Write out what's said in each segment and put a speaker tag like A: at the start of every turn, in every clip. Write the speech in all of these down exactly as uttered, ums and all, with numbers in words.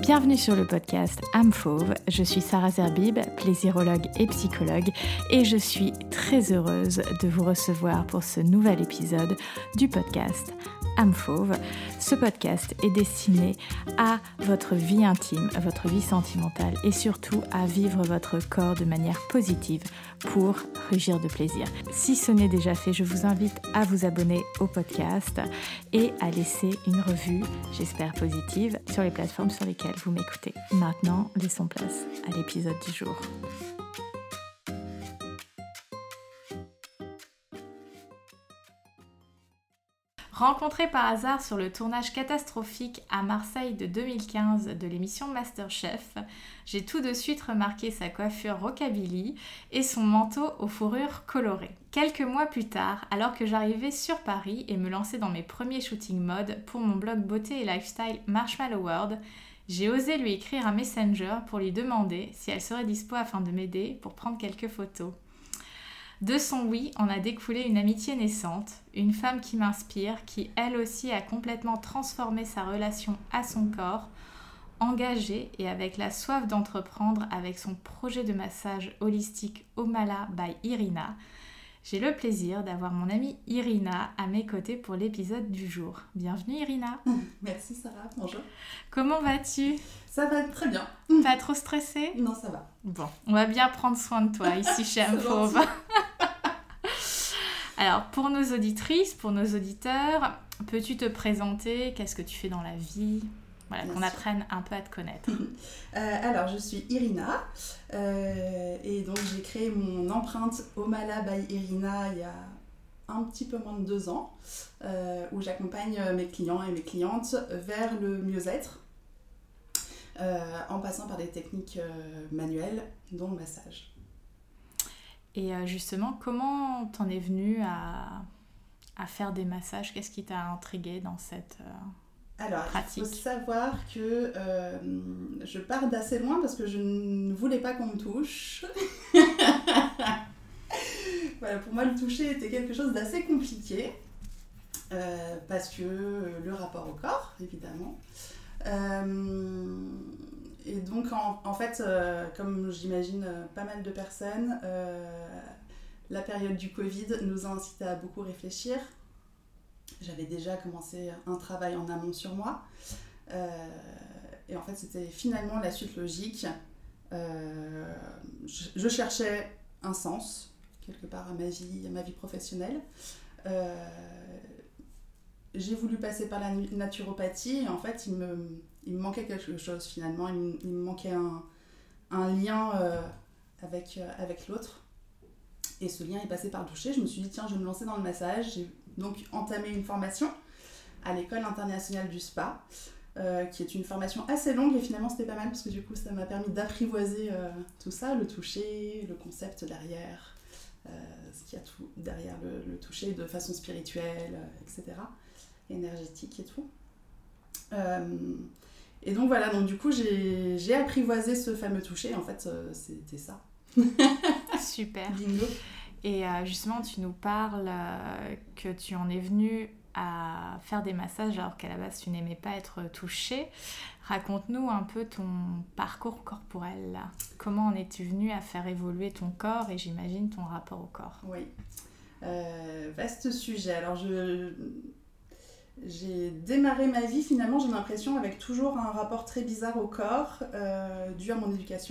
A: Bienvenue sur le podcast Âme Fauve. Je suis Sarah Zerbib, plaisirologue et psychologue, et je suis très heureuse de vous recevoir pour ce nouvel épisode du podcast Âme Fauve. Ce podcast est destiné à votre vie intime, votre vie sentimentale et surtout à vivre votre corps de manière positive pour rugir de plaisir. Si ce n'est déjà fait, je vous invite à vous abonner au podcast et à laisser une revue, j'espère positive, sur les plateformes sur lesquelles vous m'écoutez. Maintenant, laissons place à l'épisode du jour. Rencontrée par hasard sur le tournage catastrophique à Marseille de deux mille quinze de l'émission MasterChef, j'ai tout de suite remarqué sa coiffure rockabilly et son manteau aux fourrures colorées. Quelques mois plus tard, alors que j'arrivais sur Paris et me lançais dans mes premiers shootings mode pour mon blog beauté et lifestyle Marshmallow World, j'ai osé lui écrire un messenger pour lui demander si elle serait dispo afin de m'aider pour prendre quelques photos. De son oui, en a découlé une amitié naissante, une femme qui m'inspire, qui elle aussi a complètement transformé sa relation à son corps, engagée et avec la soif d'entreprendre avec son projet de massage holistique Omala by Irina. J'ai le plaisir d'avoir mon amie Irina à mes côtés pour l'épisode du jour. Bienvenue Irina.
B: Merci Sarah, bonjour.
A: Comment vas-tu ?
B: Ça va très bien.
A: Pas trop stressée ?
B: Non, ça va.
A: Bon, on va bien prendre soin de toi ici chez Âme Fauve. Alors, pour nos auditrices, pour nos auditeurs, peux-tu te présenter ? Qu'est-ce que tu fais dans la vie ? Voilà, bien qu'on sûr. Apprenne un peu à te connaître.
B: euh, alors, je suis Irina euh, et donc j'ai créé mon empreinte Omala by Irina il y a un petit peu moins de deux ans euh, où j'accompagne mes clients et mes clientes vers le mieux-être euh, en passant par des techniques euh, manuelles, dont le massage.
A: Et euh, justement, comment t'en es venue à, à faire des massages ? Qu'est-ce qui t'a intriguée dans cette euh,
B: Alors,
A: pratique ?
B: Il faut savoir que euh, je pars d'assez loin parce que je ne voulais pas qu'on me touche. Voilà, pour moi, le toucher était quelque chose d'assez compliqué euh, parce que le rapport au corps, évidemment. Euh, et donc, en, en fait, euh, comme j'imagine euh, pas mal de personnes, euh, la période du Covid nous a incité à beaucoup réfléchir. J'avais déjà commencé un travail en amont sur moi. Euh, et en fait, c'était finalement la suite logique. Euh, je, je cherchais un sens, quelque part, à ma vie, à ma vie professionnelle. Euh, j'ai voulu passer par la naturopathie et en fait, il me, il me manquait quelque chose finalement. Il me, il me manquait un, un lien euh, avec, euh, avec l'autre. Et ce lien est passé par le toucher. Je me suis dit, tiens, je vais me lancer dans le massage. J'ai donc entamé une formation à l'école internationale du spa, euh, qui est une formation assez longue et finalement c'était pas mal parce que du coup ça m'a permis d'apprivoiser euh, tout ça, le toucher, le concept derrière, euh, ce qu'il y a tout derrière le, le toucher de façon spirituelle, euh, et cetera, énergétique et tout. Euh, et donc voilà, donc du coup j'ai, j'ai apprivoisé ce fameux toucher, en fait euh, c'était ça.
A: Super.
B: Bingo.
A: Et euh, justement, tu nous parles euh, que tu en es venue à faire des massages alors qu'à la base, tu n'aimais pas être touchée. Raconte-nous un peu ton parcours corporel, là. Comment en es-tu venue à faire évoluer ton corps et j'imagine ton rapport au corps ?
B: Oui, euh, vaste sujet. Alors, je... j'ai démarré ma vie, finalement, j'ai l'impression, avec toujours un rapport très bizarre au corps, euh, dû à mon éducation.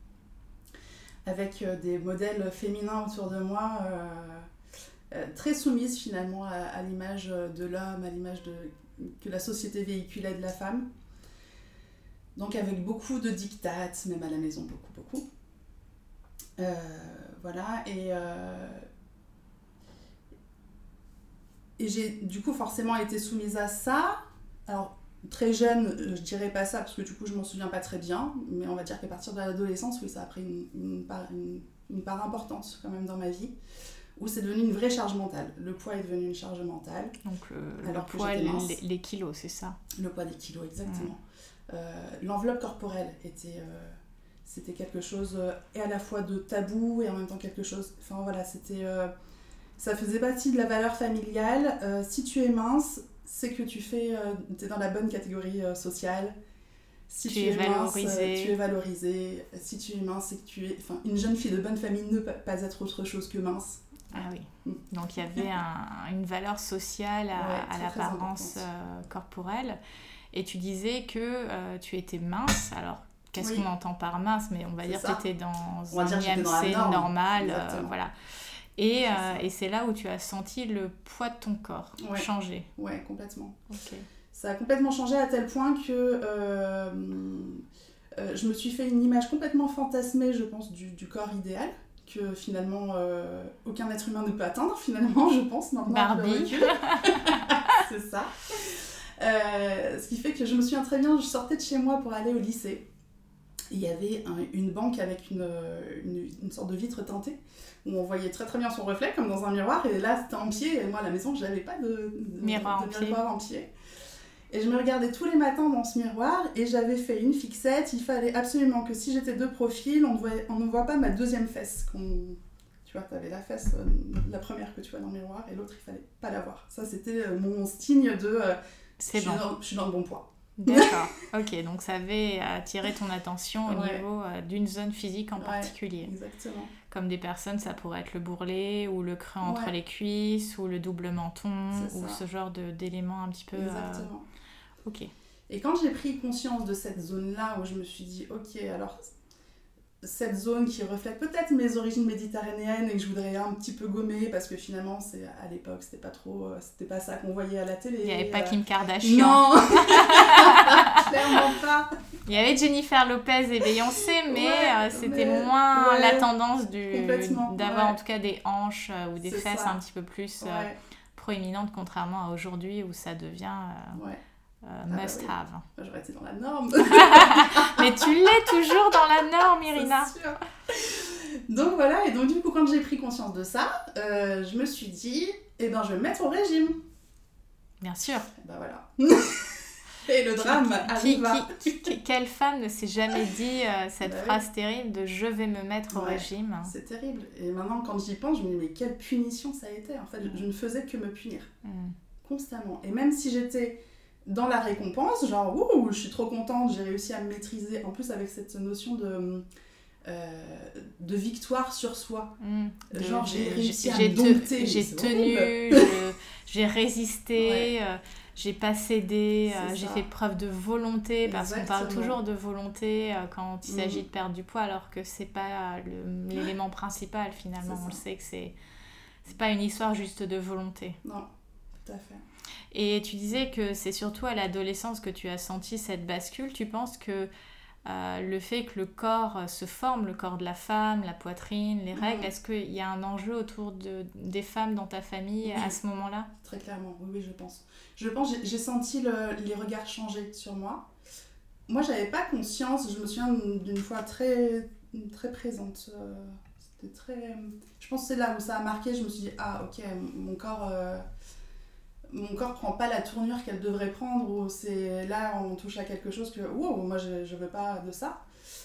B: Avec des modèles féminins autour de moi, euh, euh, très soumises finalement à, à l'image de l'homme, à l'image de, que la société véhiculait de la femme. Donc avec beaucoup de diktats, même à la maison, beaucoup, beaucoup. Euh, voilà, et, euh, et j'ai du coup forcément été soumise à ça. Alors, très jeune, je dirais pas ça parce que du coup je m'en souviens pas très bien, mais on va dire qu'à partir de l'adolescence, oui, ça a pris une, une, part, une, une part importante quand même dans ma vie, où c'est devenu une vraie charge mentale. Le poids est devenu une charge mentale.
A: Donc le,
B: alors
A: le poids, les, les kilos, c'est ça ?
B: Le poids des kilos, exactement. Mmh. Euh, l'enveloppe corporelle était, euh, c'était quelque chose, euh, et à la fois de tabou et en même temps quelque chose, enfin voilà, c'était, euh, ça faisait partie de la valeur familiale. Euh, si tu es mince, c'est que tu fais, euh, t'es dans la bonne catégorie euh, sociale, Si
A: tu,
B: tu
A: es
B: es mince,
A: valorisée.
B: tu es valorisée. Si tu es mince, c'est que tu es... Enfin, une jeune fille de bonne famille ne peut pas être autre chose que mince.
A: Ah oui. Donc il y avait un, une valeur sociale à,
B: ouais,
A: à l'apparence euh, corporelle. Et tu disais que euh, tu étais mince. Alors, qu'est-ce oui. qu'on entend par mince? Mais on va c'est dire ça. que tu étais dans
B: on
A: un I M C normal. Euh, voilà. Et,
B: c'est
A: euh, et c'est là où tu as senti le poids de ton corps
B: ouais.
A: changer.
B: Ouais, complètement.
A: Ok.
B: Ça a complètement changé à tel point que euh, euh, je me suis fait une image complètement fantasmée, je pense, du, du corps idéal, que finalement euh, aucun être humain ne peut atteindre, finalement, je pense, maintenant.
A: Barbie.
B: C'est ça. Euh, ce qui fait que je me souviens très bien, je sortais de chez moi pour aller au lycée. Il y avait un, une banque avec une, une, une sorte de vitre teintée où on voyait très très bien son reflet comme dans un miroir, et là c'était en pied, et moi à la maison j'avais pas de, de,
A: miroir,
B: de, de
A: en,
B: miroir
A: pied.
B: en pied. Et je me regardais tous les matins dans ce miroir et j'avais fait une fixette. Il fallait absolument que si j'étais de profil, on ne voit, on ne voit pas ma deuxième fesse. Qu'on, tu vois, tu avais la fesse, euh, la première que tu vois dans le miroir, et l'autre il fallait pas la voir. Ça c'était euh, mon signe de euh,
A: c'est
B: je,
A: bon.
B: suis dans, je suis dans le bon poids.
A: D'accord, ok, donc ça avait attiré ton attention au
B: ouais.
A: niveau euh, d'une zone physique en
B: ouais,
A: particulier.
B: Exactement.
A: Comme des personnes, ça pourrait être le bourrelet, ou le creux entre
B: ouais.
A: les cuisses, ou le double menton,
B: c'est
A: ou
B: ça.
A: ce genre de, d'éléments un petit peu...
B: Exactement.
A: Euh... Ok.
B: Et quand j'ai pris conscience de cette zone-là, où je me suis dit, ok, alors... cette zone qui reflète peut-être mes origines méditerranéennes et que je voudrais un petit peu gommer parce que finalement c'est à l'époque c'était pas trop c'était pas ça qu'on voyait à la télé.
A: Il y avait pas
B: euh...
A: Kim Kardashian.
B: Non. Clairement pas.
A: Il y avait Jennifer Lopez et Beyoncé, mais
B: ouais,
A: euh, c'était
B: mais...
A: moins
B: ouais,
A: la tendance du d'avoir
B: ouais.
A: en tout cas des hanches euh, ou des
B: c'est
A: fesses
B: ça.
A: un petit peu plus euh,
B: ouais.
A: proéminentes, contrairement à aujourd'hui où ça devient euh,
B: ouais.
A: Euh,
B: ah
A: must
B: bah oui.
A: have.
B: J'aurais été dans la norme.
A: Mais tu l'es toujours dans la norme, Irina.
B: C'est sûr. Donc voilà, et donc du coup quand j'ai pris conscience de ça, euh, je me suis dit, eh ben je vais me mettre au régime.
A: Bien sûr.
B: Et ben voilà. Et le drame arriva.
A: Qui, qui, qui, quelle femme ne s'est jamais dit euh, cette
B: bah
A: phrase
B: oui.
A: terrible de je vais me mettre
B: ouais,
A: au régime?
B: C'est terrible. Et maintenant quand j'y pense, je me dis mais quelle punition ça a été. En fait, mm. je ne faisais que me punir.
A: Mm.
B: Constamment. Et même si j'étais dans la récompense, genre ouh, je suis trop contente, j'ai réussi à me maîtriser, en plus avec cette notion de, euh, de victoire sur soi.
A: Mmh.
B: Genre
A: de,
B: j'ai réussi
A: j'ai
B: à me dompter.
A: J'ai tenu, je, j'ai résisté,
B: ouais.
A: euh, j'ai pas cédé, euh, j'ai
B: ça.
A: fait preuve de volonté, parce
B: Exactement.
A: qu'on parle toujours de volonté euh, quand il
B: mmh.
A: s'agit de perdre du poids, alors que c'est pas le, l'élément principal finalement.
B: C'est
A: On
B: ça.
A: le sait que c'est, c'est pas une histoire juste de volonté.
B: Non, tout à fait.
A: Et tu disais que c'est surtout à l'adolescence que tu as senti cette bascule. Tu penses que euh, le fait que le corps se forme, le corps de la femme, la poitrine, les règles, mmh. est-ce qu'il y a un enjeu autour de, des femmes dans ta famille oui. à ce moment-là?
B: Très clairement, oui, oui, je pense. Je pense, j'ai, j'ai senti le, les regards changer sur moi. Moi, j'avais pas conscience, je me souviens d'une fois très, très présente. Euh, c'était très... Je pense que c'est là où ça a marqué, je me suis dit, ah ok, mon corps... Euh, mon corps prend pas la tournure qu'elle devrait prendre, ou c'est là on touche à quelque chose que wow, moi je, je veux pas de ça.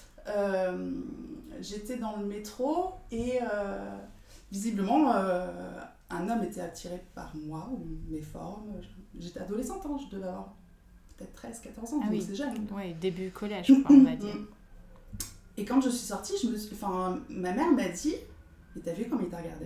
B: Euh, j'étais dans le métro et euh, visiblement euh, un homme était attiré par moi ou mes formes. J'étais adolescente, hein, je devais avoir peut-être treize quatorze ans, ah donc oui. C'est jeune.
A: Oui, début collège, je crois, on va dire.
B: Et quand je suis sortie, je me suis... enfin, ma mère m'a dit, et t'as vu comment il t'a regardé?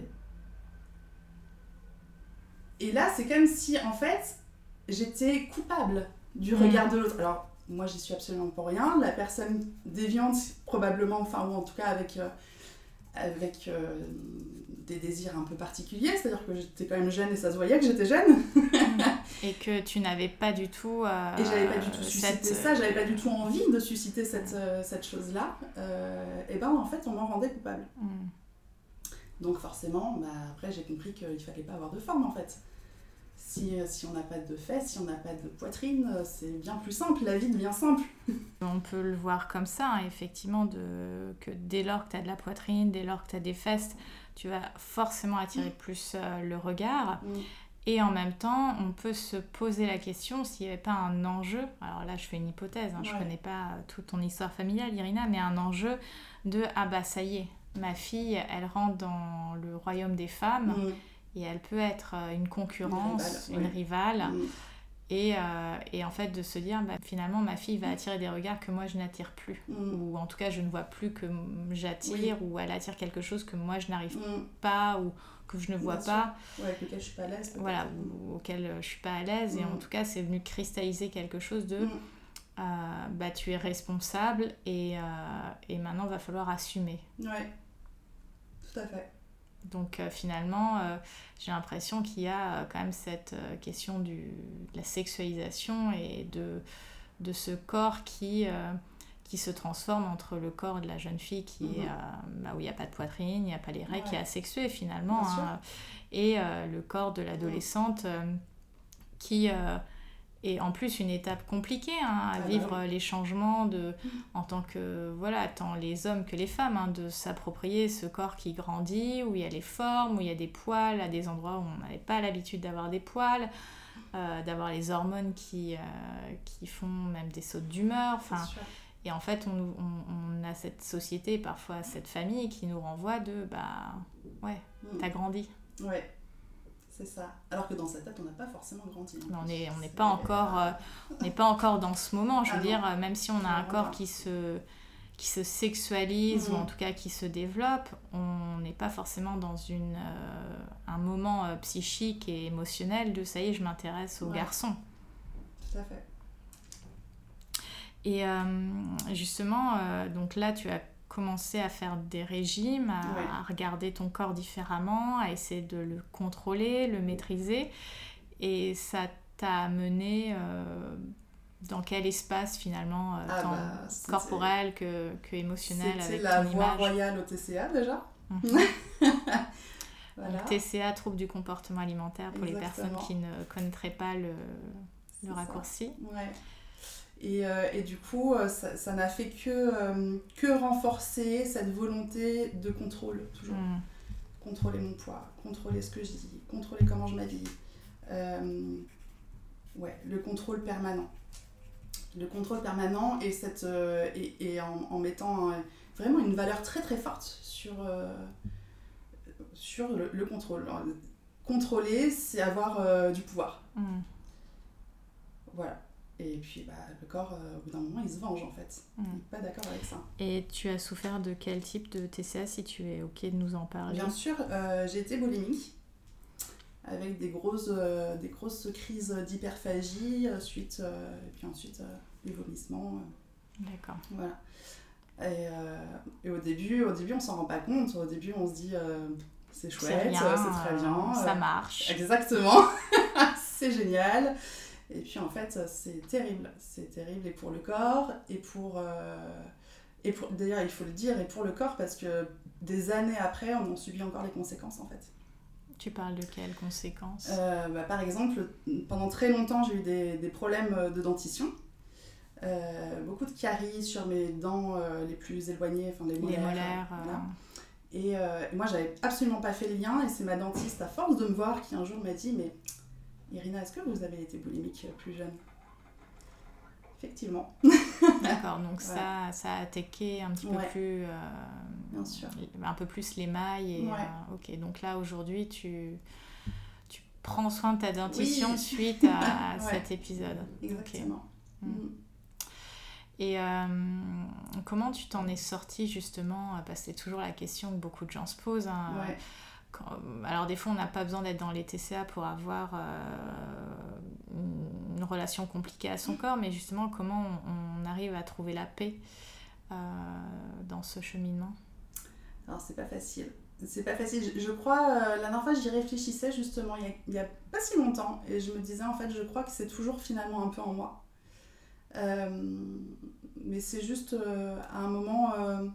B: Et là, c'est comme si, en fait, j'étais coupable du regard mmh. de l'autre. Alors, moi, j'y suis absolument pour rien. La personne déviante, probablement, enfin, ou en tout cas avec, euh, avec euh, des désirs un peu particuliers. C'est-à-dire que j'étais quand même jeune et ça se voyait que j'étais jeune.
A: Et que tu n'avais pas du tout... Euh,
B: et j'avais pas du tout suscité
A: cette...
B: ça. J'avais pas du tout envie de susciter cette, euh, cette chose-là. Euh, et ben, en fait, on m'en rendait coupable. Mmh. Donc forcément, bah, après j'ai compris qu'il ne fallait pas avoir de forme en fait. Si, si on n'a pas de fesses, si on n'a pas de poitrine, c'est bien plus simple, la vie devient simple.
A: On peut le voir comme ça, hein, effectivement, de, que dès lors que tu as de la poitrine, dès lors que tu as des fesses, tu vas forcément attirer mmh. plus euh, le regard. Mmh. Et en même temps, on peut se poser la question s'il n'y avait pas un enjeu, alors là je fais une hypothèse, hein, ouais. je ne connais pas toute ton histoire familiale Irina, mais un enjeu de « ah bah ça y est, ma fille, elle rentre dans le royaume des femmes mmh. et elle peut être une concurrence, une rivale, une
B: mmh.
A: rivale.
B: Mmh.
A: Et, euh, et en fait de se dire bah, finalement ma fille va attirer des regards que moi je n'attire plus
B: Mm.
A: ou en tout cas je ne vois plus que j'attire
B: Oui.
A: ou elle attire quelque chose que moi je n'arrive
B: Mm.
A: pas ou que je ne vois
B: Bien
A: pas
B: sûr. Ouais, avec lequel je suis pas à l'aise.
A: voilà, ou, auquel je suis pas à l'aise mm. et en tout cas c'est venu cristalliser quelque chose de mm. euh, bah tu es responsable et, euh, et maintenant va falloir assumer.
B: Ouais, tout à fait.
A: Donc euh, finalement, euh, j'ai l'impression qu'il y a euh, quand même cette euh, question du, de la sexualisation et de, de ce corps qui, euh, qui se transforme entre le corps de la jeune fille qui mm-hmm. est, euh, bah, où il n'y a pas de poitrine, il n'y a pas les règles, ouais. qui est asexuée finalement, hein, et euh, le corps de l'adolescente euh, qui... Euh, et en plus une étape compliquée hein, à ah vivre bah oui. les changements de, mmh. en tant que voilà tant les hommes que les femmes hein, de s'approprier ce corps qui grandit où il y a les formes, où il y a des poils à des endroits où on n'avait pas l'habitude d'avoir des poils, euh, d'avoir les hormones qui, euh, qui font même des sautes d'humeur, enfin et en fait on, on, on a cette société parfois cette famille qui nous renvoie de bah ouais mmh. t'as grandi.
B: Ouais. C'est ça. Alors que dans sa tête, on n'a pas forcément grandi.
A: Mais on n'est on n'est pas encore euh, on n'est pas encore dans ce moment. Je veux ah dire, non. Même si on a un corps qui se qui se sexualise mmh. ou en tout cas qui se développe, on n'est pas forcément dans une euh, un moment euh, psychique et émotionnel de ça y est, je m'intéresse aux ouais. garçons.
B: Tout à fait.
A: Et euh, justement, euh, donc là, tu as commencer à faire des régimes, à, ouais. à regarder ton corps différemment, à essayer de le contrôler, le maîtriser. Et ça t'a amené euh, dans quel espace finalement, euh,
B: ah
A: tant
B: bah,
A: corporel que, que émotionnel
B: c'était
A: avec
B: la
A: ton
B: voie
A: image.
B: royale au T C A déjà.
A: Mmh. Voilà. Donc, T C A, trouble du comportement alimentaire, pour Exactement. Les personnes qui ne connaîtraient pas le, le raccourci.
B: Ouais. Et, euh, et du coup, ça, ça n'a fait que, euh, que renforcer cette volonté de contrôle, toujours. Mmh. Contrôler mon poids, contrôler ce que je dis, contrôler comment je m'habille. Euh, ouais, le contrôle permanent. Le contrôle permanent et, cette, euh, et, et en, en mettant euh, vraiment une valeur très très forte sur, euh, sur le, le contrôle. Alors, contrôler, c'est avoir euh, du pouvoir. Mmh. Voilà. Et puis bah, le corps, euh, au bout d'un moment, il se venge en fait. Mmh. Il n'est pas d'accord avec ça.
A: Et tu as souffert de quel type de T C A, si tu es OK de nous en parler ?
B: Bien sûr, euh, j'ai été boulimique, avec des grosses, euh, des grosses crises d'hyperphagie, euh, suite, euh, et puis ensuite euh, les vomissements. Euh,
A: D'accord.
B: Voilà. Et, euh, et au début, au début, on ne s'en rend pas compte. Au début, on se dit, euh, c'est chouette, c'est, bien, c'est très bien.
A: Ça
B: euh,
A: marche.
B: Exactement. C'est génial. Et puis en fait, c'est terrible. C'est terrible et pour le corps, et pour, euh, et pour... D'ailleurs, il faut le dire, et pour le corps, parce que des années après, on en subit encore les conséquences en fait.
A: Tu parles de quelles conséquences ?
B: euh, bah, Par exemple, pendant très longtemps, j'ai eu des, des problèmes de dentition. Euh, beaucoup de caries sur mes dents euh, les plus éloignées, enfin les molaires.
A: Les molaires euh,
B: voilà. Et, euh, et moi, j'avais absolument pas fait le lien, et c'est ma dentiste, à force de me voir, qui un jour m'a dit, mais Irina, est-ce que vous avez été boulimique plus jeune ? Effectivement.
A: D'accord, donc voilà. ça, ça a attaqué un petit peu
B: ouais.
A: plus, euh,
B: Bien sûr.
A: un peu plus l'émail. Et,
B: ouais.
A: euh, ok, donc là aujourd'hui, tu, tu prends soin de ta dentition oui. suite à ouais. cet épisode.
B: Exactement.
A: Okay. Mmh. Et euh, comment tu t'en es sortie justement ? Parce que c'est toujours la question que beaucoup de gens se posent. Hein.
B: Ouais.
A: Quand, alors des fois on n'a pas besoin d'être dans les T C A pour avoir euh, une, une relation compliquée à son mmh. corps, mais justement comment on, on arrive à trouver la paix euh, dans ce cheminement ?
B: Alors c'est pas facile. C'est pas facile. Je, je crois, euh, la dernière fois j'y réfléchissais justement, il y, a, il y a pas si longtemps, et je me disais en fait je crois que c'est toujours finalement un peu en moi. Euh, mais c'est juste euh, à un moment euh,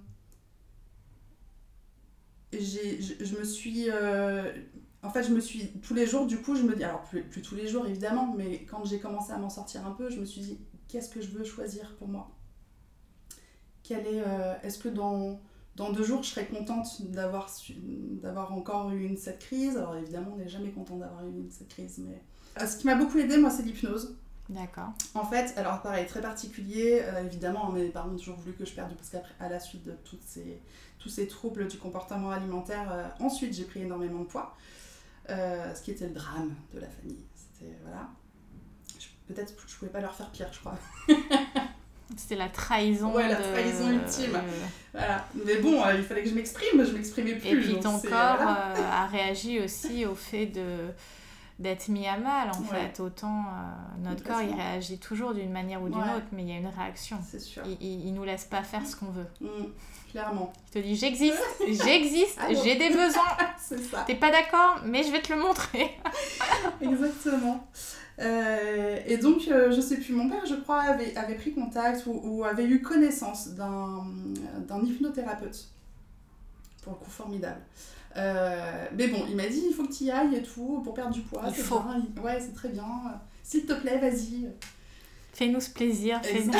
B: j'ai, je, je me suis euh, en fait je me suis tous les jours du coup je me dis alors plus, plus tous les jours évidemment mais quand j'ai commencé à m'en sortir un peu je me suis dit qu'est-ce que je veux choisir pour moi, quel est euh, est-ce que dans dans deux jours je serais contente d'avoir su, d'avoir encore eu une cette crise. Alors évidemment on n'est jamais content d'avoir eu une cette crise, mais euh, ce qui m'a beaucoup aidé moi c'est l'hypnose.
A: D'accord.
B: En fait, alors pareil, très particulier, euh, évidemment, mes parents ont toujours voulu que je perde du poids, parce qu'à la suite de toutes ces, tous ces troubles du comportement alimentaire, euh, ensuite j'ai pris énormément de poids, euh, ce qui était le drame de la famille. C'était, voilà. peut-être je pouvais pas leur faire pire, je crois.
A: C'était la trahison.
B: Ouais, la
A: de...
B: trahison ultime.
A: Euh...
B: Voilà. Mais bon, euh, il fallait que je m'exprime, je m'exprimais plus.
A: Et puis ton
B: donc,
A: corps
B: voilà.
A: euh, a réagi aussi au fait de, d'être mis à mal, en
B: ouais.
A: fait. Autant euh, notre corps, il réagit toujours d'une manière ou d'une
B: ouais.
A: autre, mais il y a une réaction.
B: C'est sûr.
A: Il, il, il nous laisse pas faire ce qu'on veut.
B: Mmh, clairement.
A: Il te dit, j'existe, j'existe,
B: Alors...
A: j'ai des besoins.
B: C'est ça.
A: T'es pas d'accord, mais je vais te le montrer.
B: Exactement. Euh, et donc, euh, je sais plus, mon père, je crois, avait, avait pris contact ou, ou avait eu connaissance d'un, d'un hypnothérapeute. Pour le coup, formidable. Euh, mais bon, il m'a dit, il faut que tu y ailles et tout, pour perdre du poids.
A: Il
B: c'est
A: faut.
B: Bien. Ouais, c'est très bien. S'il te plaît, vas-y.
A: Fais-nous ce plaisir. Fais-nous...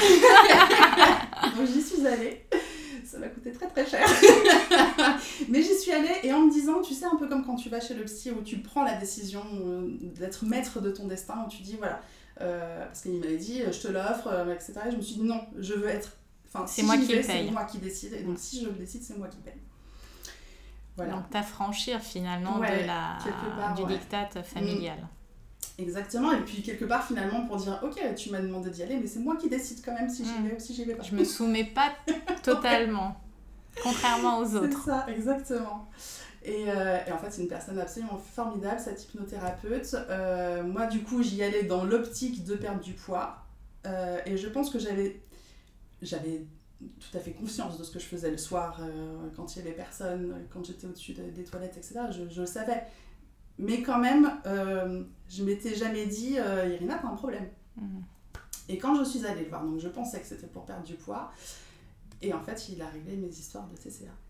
B: Donc, j'y suis allée. Ça m'a coûté très très cher. Mais j'y suis allée et en me disant, tu sais, un peu comme quand tu vas chez le psy où tu prends la décision euh, d'être maître de ton destin, où tu dis, voilà, euh, parce qu'il m'avait dit, je te l'offre, euh, et cetera. Et je me suis dit, non, je veux être... Enfin,
A: c'est
B: si
A: moi
B: j'y
A: qui
B: vais,
A: paye.
B: c'est moi qui décide. Et donc, si je le décide, c'est moi qui paye.
A: Voilà. Donc, t'affranchir finalement
B: ouais,
A: de la...
B: part,
A: du
B: ouais.
A: diktat familial.
B: Mmh. Exactement, et puis quelque part finalement pour dire ok, tu m'as demandé d'y aller, mais c'est moi qui décide quand même si j'y vais ou si j'y vais pas.
A: Je me soumets pas totalement, contrairement aux autres.
B: C'est ça, exactement. Et, euh, et en fait, c'est une personne absolument formidable, cette hypnothérapeute. Euh, moi, du coup, j'y allais dans l'optique de perdre du poids, euh, et je pense que j'avais, j'avais tout à fait conscience de ce que je faisais le soir, euh, quand il y avait personne, quand j'étais au-dessus de, des toilettes, et cetera. Je, je le savais. Mais quand même, euh, je m'étais jamais dit, euh, Irina, t'as un problème. Mmh. Et quand je suis allée le voir, donc je pensais que c'était pour perdre du poids, et en fait, il a réglé mes histoires de T C A.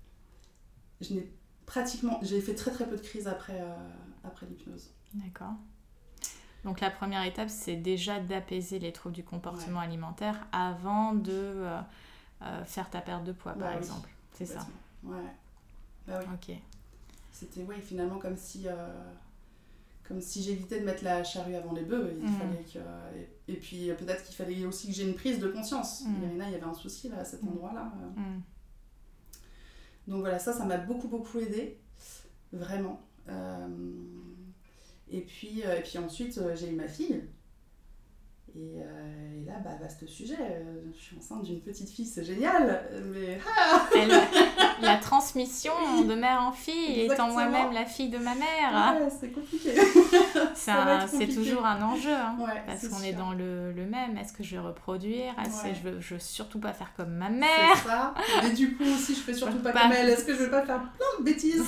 B: Je n'ai pratiquement, j'ai fait très très peu de crises après, euh, après l'hypnose.
A: D'accord. Donc la première étape, c'est déjà d'apaiser les troubles du comportement ouais. alimentaire avant de euh, euh, faire ta perte de poids, bah, par oui. exemple. C'est ça.
B: Ouais. Bah oui.
A: Ok.
B: C'était ouais, finalement comme si, euh, comme si j'évitais de mettre la charrue avant les bœufs. Il mmh. fallait que, et, et puis peut-être qu'il fallait aussi que j'ai une prise de conscience. Mmh. Irina, il y avait un souci là, à cet endroit-là. Mmh. Donc voilà, ça, ça m'a beaucoup beaucoup aidée, vraiment. Euh, et, puis, euh, et puis ensuite, euh, j'ai eu ma fille. Et, euh, et là, bah, vaste sujet. Euh, je suis enceinte d'une petite fille, c'est génial. Mais ah
A: Elle, la transmission oui. de mère en fille, exactement. Étant moi-même la fille de ma mère.
B: Ouais, c'est compliqué.
A: c'est, un, compliqué. C'est toujours un enjeu. Hein,
B: ouais,
A: parce qu'on
B: sûr.
A: est dans le, le même. Est-ce que je vais reproduire? Est-ce
B: ouais.
A: que je veux, je veux surtout pas faire comme ma mère?
B: C'est ça. Mais du coup, si je fais surtout pas, pas comme elle, est-ce que je vais pas faire plein de bêtises?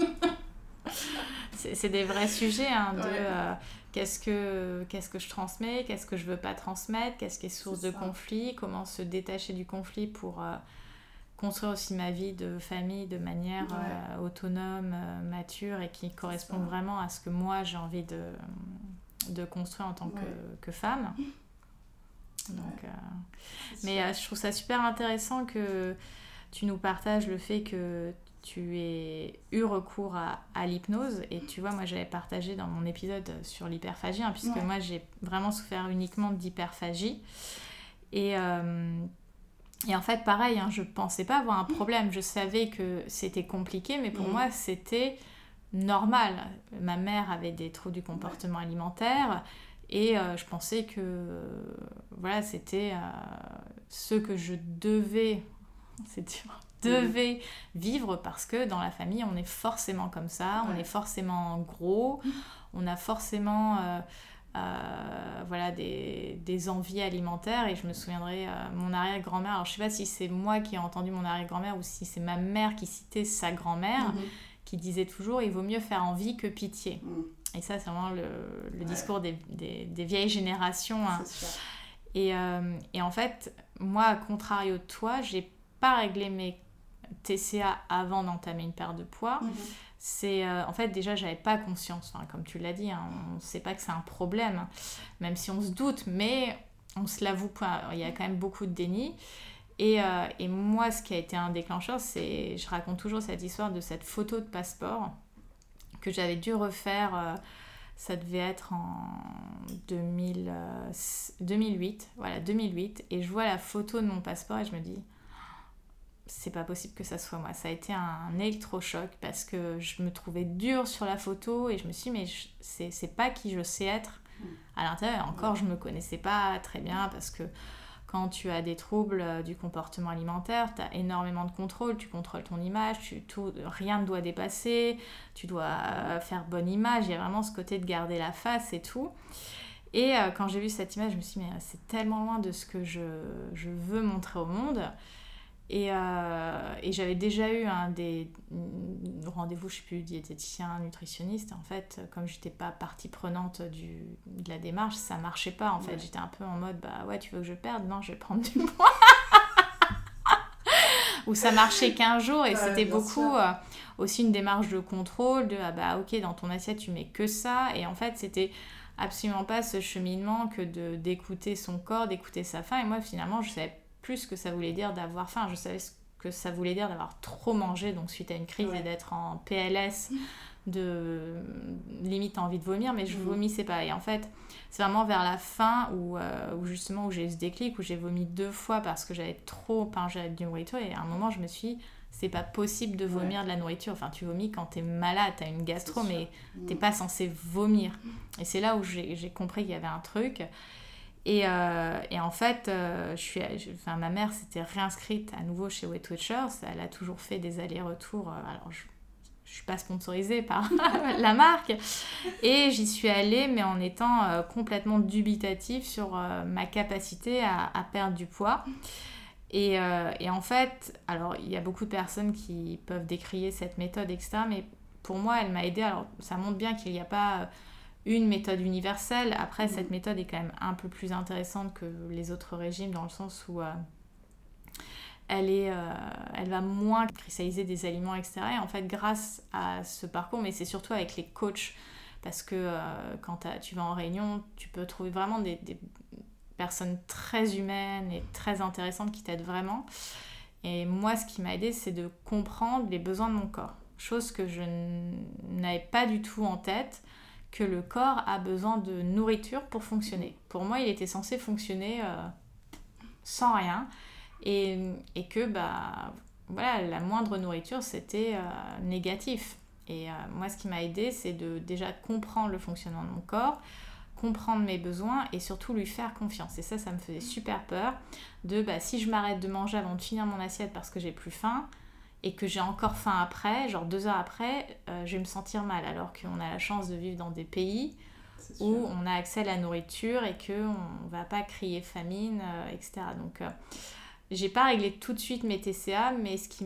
A: c'est, c'est des vrais sujets hein, de...
B: Ouais.
A: Euh, Qu'est-ce que, qu'est-ce que je transmets, qu'est-ce que je veux pas transmettre, qu'est-ce qui est source c'est de ça. conflit, comment se détacher du conflit pour euh, construire aussi ma vie de famille de manière ouais. euh, autonome, euh, mature et qui correspond vraiment à ce que moi j'ai envie de, de construire en tant ouais. que, que femme. Donc,
B: ouais.
A: euh, mais euh, je trouve ça super intéressant que tu nous partages le fait que tu aies eu recours à, à l'hypnose. Et tu vois, moi, j'avais partagé dans mon épisode sur l'hyperphagie, hein, puisque ouais. moi, j'ai vraiment souffert uniquement d'hyperphagie. Et, euh, et en fait, pareil, hein, je ne pensais pas avoir un problème. Je savais que c'était compliqué, mais pour mmh. moi, c'était normal. Ma mère avait des troubles du comportement ouais. alimentaire. Et euh, je pensais que euh, voilà, c'était euh, ce que je devais... C'est dur. devait vivre parce que dans la famille on est forcément comme ça, ouais. on est forcément gros, on a forcément euh, euh, voilà, des, des envies alimentaires. Et je me souviendrai, euh, mon arrière-grand-mère, alors je sais pas si c'est moi qui ai entendu mon arrière-grand-mère ou si c'est ma mère qui citait sa grand-mère, mm-hmm. qui disait toujours il vaut mieux faire envie que pitié. Mm. Et ça c'est vraiment le, le ouais. discours des, des, des vieilles générations hein. et, euh, et en fait moi à contrario de toi, j'ai pas réglé mes T C A avant d'entamer une perte de poids. Mmh. C'est euh, en fait déjà j'avais pas conscience, enfin, comme tu l'as dit hein, on sait pas que c'est un problème même si on se doute, mais on se l'avoue pas, il y a quand même beaucoup de déni. Et, euh, et moi ce qui a été un déclencheur, c'est, je raconte toujours cette histoire de cette photo de passeport que j'avais dû refaire, euh, ça devait être en deux mille, euh, deux mille huit, voilà deux mille huit, et je vois la photo de mon passeport et je me dis c'est pas possible que ça soit moi. Ça a été un électrochoc parce que je me trouvais dure sur la photo et je me suis dit mais je, c'est, c'est pas qui je sais être. à l'intérieur. Et encore, ouais. je ne me connaissais pas très bien parce que quand tu as des troubles euh, du comportement alimentaire, tu as énormément de contrôle, tu contrôles ton image, tu, tout, rien ne doit dépasser, tu dois euh, faire bonne image, il y a vraiment ce côté de garder la face et tout. Et euh, quand j'ai vu cette image, je me suis dit, mais c'est tellement loin de ce que je, je veux montrer au monde. Et, euh, et j'avais déjà eu un des rendez-vous, je ne sais plus, diététicien, nutritionniste. En fait, comme je n'étais pas partie prenante du, de la démarche, ça ne marchait pas. En fait, ouais. J'étais un peu en mode, bah ouais, tu veux que je perde ? Non, je vais prendre du poids. Ou ça marchait quinze jours et ouais, c'était beaucoup euh, aussi une démarche de contrôle, de, ah bah ok, dans ton assiette, tu mets que ça. Et en fait, c'était absolument pas ce cheminement que de, d'écouter son corps, d'écouter sa faim. Et moi, finalement, je savais plus ce que ça voulait dire d'avoir faim. Je savais ce que ça voulait dire d'avoir trop mangé, donc suite à une crise ouais. et d'être en P L S, de limite envie de vomir, mais je mmh. vomissais pas. Et en fait, c'est vraiment vers la fin où, euh, où justement où j'ai eu ce déclic, où j'ai vomi deux fois parce que j'avais trop ingéré de nourriture. Et à un moment, je me suis dit, c'est pas possible de vomir ouais. de la nourriture. Enfin, tu vomis quand t'es malade, t'as une gastro, mais mmh. t'es pas censé vomir. Et c'est là où j'ai, j'ai compris qu'il y avait un truc. Et, euh, et en fait, euh, je suis, je, enfin, ma mère s'était réinscrite à nouveau chez Weight Watchers. Elle a toujours fait des allers-retours. Alors, je ne suis pas sponsorisée par la marque. Et j'y suis allée, mais en étant euh, complètement dubitative sur euh, ma capacité à, à perdre du poids. Et, euh, et en fait, alors, il y a beaucoup de personnes qui peuvent décrier cette méthode, et cetera. Mais pour moi, elle m'a aidée. Alors, ça montre bien qu'il n'y a pas une méthode universelle. Après, mmh. cette méthode est quand même un peu plus intéressante que les autres régimes dans le sens où euh, elle, est, euh, elle va moins cristalliser des aliments, et cetera. Et en fait, grâce à ce parcours, mais c'est surtout avec les coachs, parce que euh, quand tu vas en réunion, tu peux trouver vraiment des, des personnes très humaines et très intéressantes qui t'aident vraiment. Et moi, ce qui m'a aidée, c'est de comprendre les besoins de mon corps. Chose que je n'avais pas du tout en tête, que le corps a besoin de nourriture pour fonctionner. Pour moi, il était censé fonctionner euh, sans rien. Et, et que bah, voilà, la moindre nourriture, c'était euh, négatif. Et euh, moi, ce qui m'a aidée, c'est de déjà comprendre le fonctionnement de mon corps, comprendre mes besoins et surtout lui faire confiance. Et ça, ça me faisait super peur de bah, si je m'arrête de manger avant de finir mon assiette parce que j'ai plus faim et que j'ai encore faim après, genre deux heures après, euh, je vais me sentir mal. Alors qu'on a la chance de vivre dans des pays où on a accès à la nourriture et qu'on ne va pas crier famine, euh, et cetera. Donc, euh, j'ai pas réglé tout de suite mes T C A, mais ce qui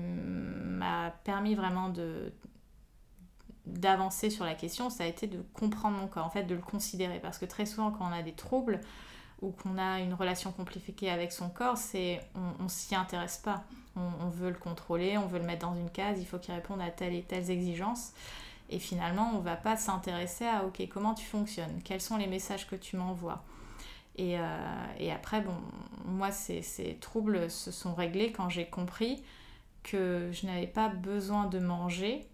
A: m'a permis vraiment de... d'avancer sur la question, ça a été de comprendre mon corps, en fait de le considérer, parce que très souvent quand on a des troubles ou qu'on a une relation compliquée avec son corps, c'est on, on s'y intéresse pas, on, on veut le contrôler, on veut le mettre dans une case, il faut qu'il réponde à telle et telles exigences, et finalement on va pas s'intéresser à ok, comment tu fonctionnes, quels sont les messages que tu m'envoies. Et, euh, et après, bon, moi, ces, ces troubles se sont réglés quand j'ai compris que je n'avais pas besoin de manger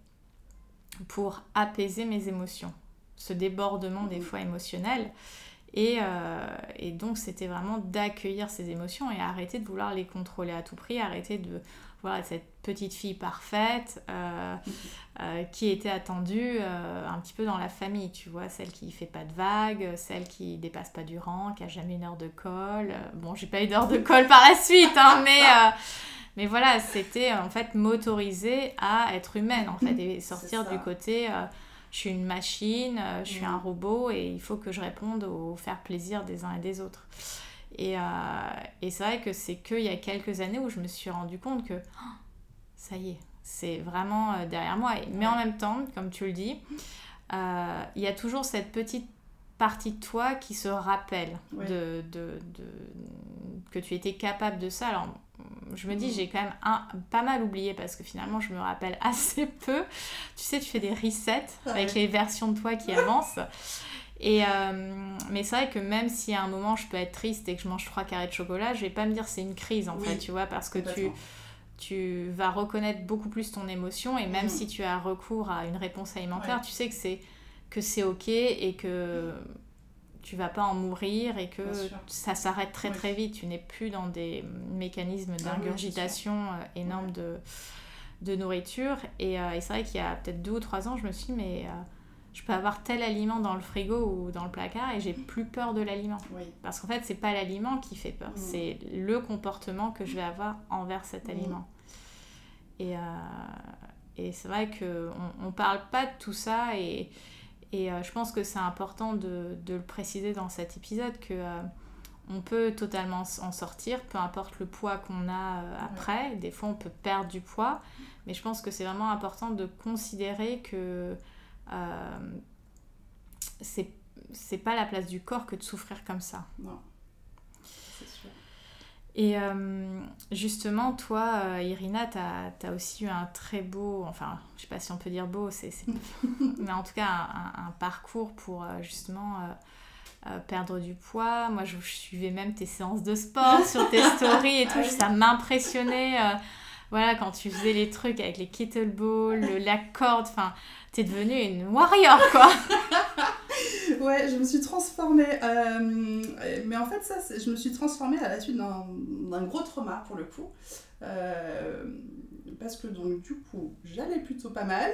A: pour apaiser mes émotions, ce débordement des fois émotionnel. Et, euh, et donc, c'était vraiment d'accueillir ces émotions et arrêter de vouloir les contrôler à tout prix, arrêter de voir cette petite fille parfaite euh, euh, qui était attendue euh, un petit peu dans la famille, tu vois, celle qui fait pas de vagues, celle qui dépasse pas du rang, qui a jamais une heure de colle. Bon, j'ai pas eu d'heure de colle par la suite, hein, mais... Euh, Mais voilà, c'était en fait m'autoriser à être humaine en fait et sortir du côté euh, je suis une machine, euh, je suis mmh. un robot et il faut que je réponde au faire plaisir des uns et des autres. Et, euh, et c'est vrai que c'est qu'il y a quelques années où je me suis rendu compte que oh, ça y est, c'est vraiment euh, derrière moi. Mais en même temps, comme tu le dis, euh, il y a toujours cette petite partie de toi qui se rappelle ouais. de, de, de, que tu étais capable de ça. Alors, je me dis, j'ai quand même un, pas mal oublié parce que finalement, je me rappelle assez peu. Tu sais, tu fais des resets ouais. avec les versions de toi qui avancent. Et, euh, mais c'est vrai que même si à un moment, je peux être triste et que je mange trois carrés de chocolat, je vais pas me dire c'est une crise, en oui. fait, tu vois, parce que tu, tu vas reconnaître beaucoup plus ton émotion et même mmh. si tu as recours à une réponse alimentaire, ouais. tu sais que c'est, que c'est ok et que... tu vas pas en mourir et que ça s'arrête très oui. très vite. Tu n'es plus dans des mécanismes d'ingurgitation ah oui, énormes ouais. de, de nourriture. Et, euh, et c'est vrai qu'il y a peut-être deux ou trois ans, je me suis dit, mais euh, je peux avoir tel aliment dans le frigo ou dans le placard et j'ai plus peur de l'aliment.
B: Oui.
A: Parce qu'en fait, c'est pas l'aliment qui fait peur, mmh. c'est le comportement que je vais avoir envers cet mmh. aliment. Et, euh, et c'est vrai qu'on ne parle pas de tout ça et, et euh, je pense que c'est important de, de le préciser dans cet épisode que euh, on peut totalement en sortir, peu importe le poids qu'on a euh, après. Ouais. Des fois, on peut perdre du poids, mais je pense que c'est vraiment important de considérer que euh, c'est, c'est pas la place du corps que de souffrir comme ça.
B: Non, c'est sûr.
A: Et euh, justement, toi, euh, Irina, t'as, t'as aussi eu un très beau, enfin, je sais pas si on peut dire beau, c'est, c'est... mais en tout cas, un, un, un parcours pour euh, justement euh, euh, perdre du poids. Moi, je, je suivais même tes séances de sport sur tes stories et tout, ça m'impressionnait. Euh, voilà, quand tu faisais les trucs avec les kettlebells, le, la corde, enfin, t'es devenue une warrior, quoi.
B: Ouais, je me suis transformée. Euh, mais en fait, ça, c'est, je me suis transformée à la suite d'un, d'un gros trauma, pour le coup. Euh, parce que donc, du coup, j'allais plutôt pas mal.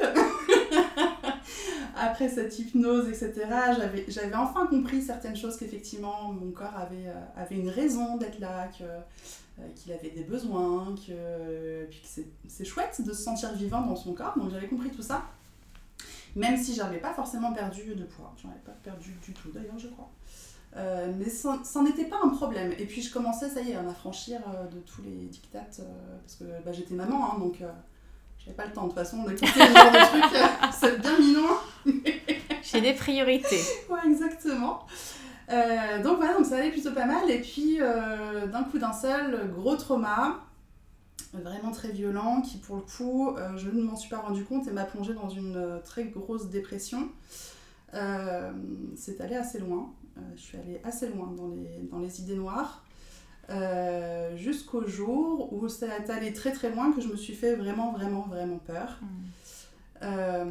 B: Après cette hypnose, et cetera, j'avais, j'avais enfin compris certaines choses, qu'effectivement, mon corps avait, euh, avait une raison d'être là, que, euh, qu'il avait des besoins, que, puis que c'est, c'est chouette de se sentir vivant dans son corps. Donc, j'avais compris tout ça. Même si j'avais pas forcément perdu de poids. J'en avais pas perdu du tout d'ailleurs, je crois. Euh, mais ça, ça n'était pas un problème. Et puis je commençais, ça y est, à m'affranchir euh, de tous les dictats. Euh, parce que bah, j'étais maman, hein, donc euh, j'avais pas le temps de toute façon d'écouter ce genre de trucs. Euh, c'est bien mignon.
A: J'ai des priorités.
B: Ouais, exactement. Euh, donc voilà, donc ça allait plutôt pas mal. Et puis euh, d'un coup d'un seul, gros trauma. Vraiment très violent, qui pour le coup, euh, je ne m'en suis pas rendu compte et m'a plongée dans une euh, très grosse dépression. Euh, c'est allé assez loin, euh, je suis allée assez loin dans les, dans les idées noires, euh, jusqu'au jour où ça est allé très très loin, que je me suis fait vraiment vraiment vraiment peur. Mmh. Euh,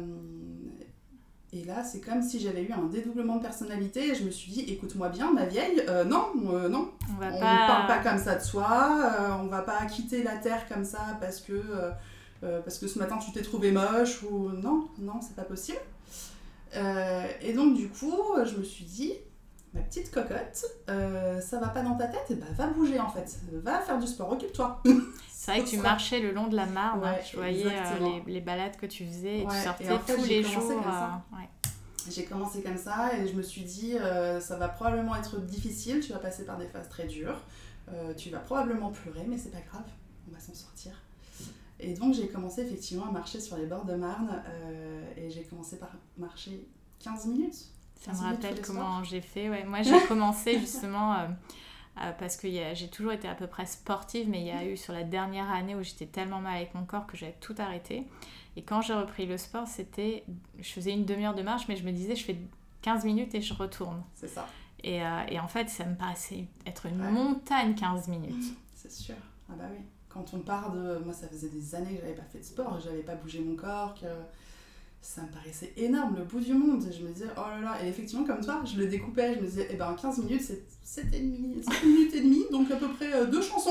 B: Et là, c'est comme si j'avais eu un dédoublement de personnalité et je me suis dit, écoute-moi bien, ma vieille, euh, non, euh, non,
A: on ne
B: pas...
A: parle
B: pas comme ça de soi, euh, on va pas quitter la terre comme ça parce que, euh, euh, parce que ce matin tu t'es trouvé moche ou non, non, c'est pas possible. Euh, et donc du coup, je me suis dit, ma petite cocotte, euh, ça va pas dans ta tête, et bah va bouger en fait, va faire du sport, occupe-toi.
A: C'est vrai que tu marchais le long de la Marne, ouais, hein, je voyais euh, les, les balades que tu faisais et ouais, tu sortais et en fait, tous les jours. Euh, ouais.
B: J'ai commencé comme ça et je me suis dit euh, ça va probablement être difficile, tu vas passer par des phases très dures, euh, tu vas probablement pleurer mais c'est pas grave, on va s'en sortir. Et donc j'ai commencé effectivement à marcher sur les bords de Marne euh, et j'ai commencé par marcher quinze minutes.
A: Ça me rappelle comment j'ai fait, ouais. Moi j'ai commencé justement... Euh, Euh, parce que y a, j'ai toujours été à peu près sportive, mais il y a eu sur la dernière année où j'étais tellement mal avec mon corps que j'avais tout arrêté. Et quand j'ai repris le sport, c'était, je faisais une demi-heure de marche, mais je me disais, je fais quinze minutes et je retourne.
B: C'est ça.
A: Et, euh, et en fait, ça me paraissait être une
B: ouais.
A: montagne, quinze minutes.
B: C'est sûr. Ah bah oui. Quand on part de... Moi, ça faisait des années que j'avais pas fait de sport, j'avais pas bougé mon corps, que... ça me paraissait énorme, le bout du monde. Je me disais, oh là là. Et effectivement, comme toi, je le découpais. Je me disais, eh ben, quinze minutes, c'est sept minutes et demie, donc à peu près euh, deux chansons.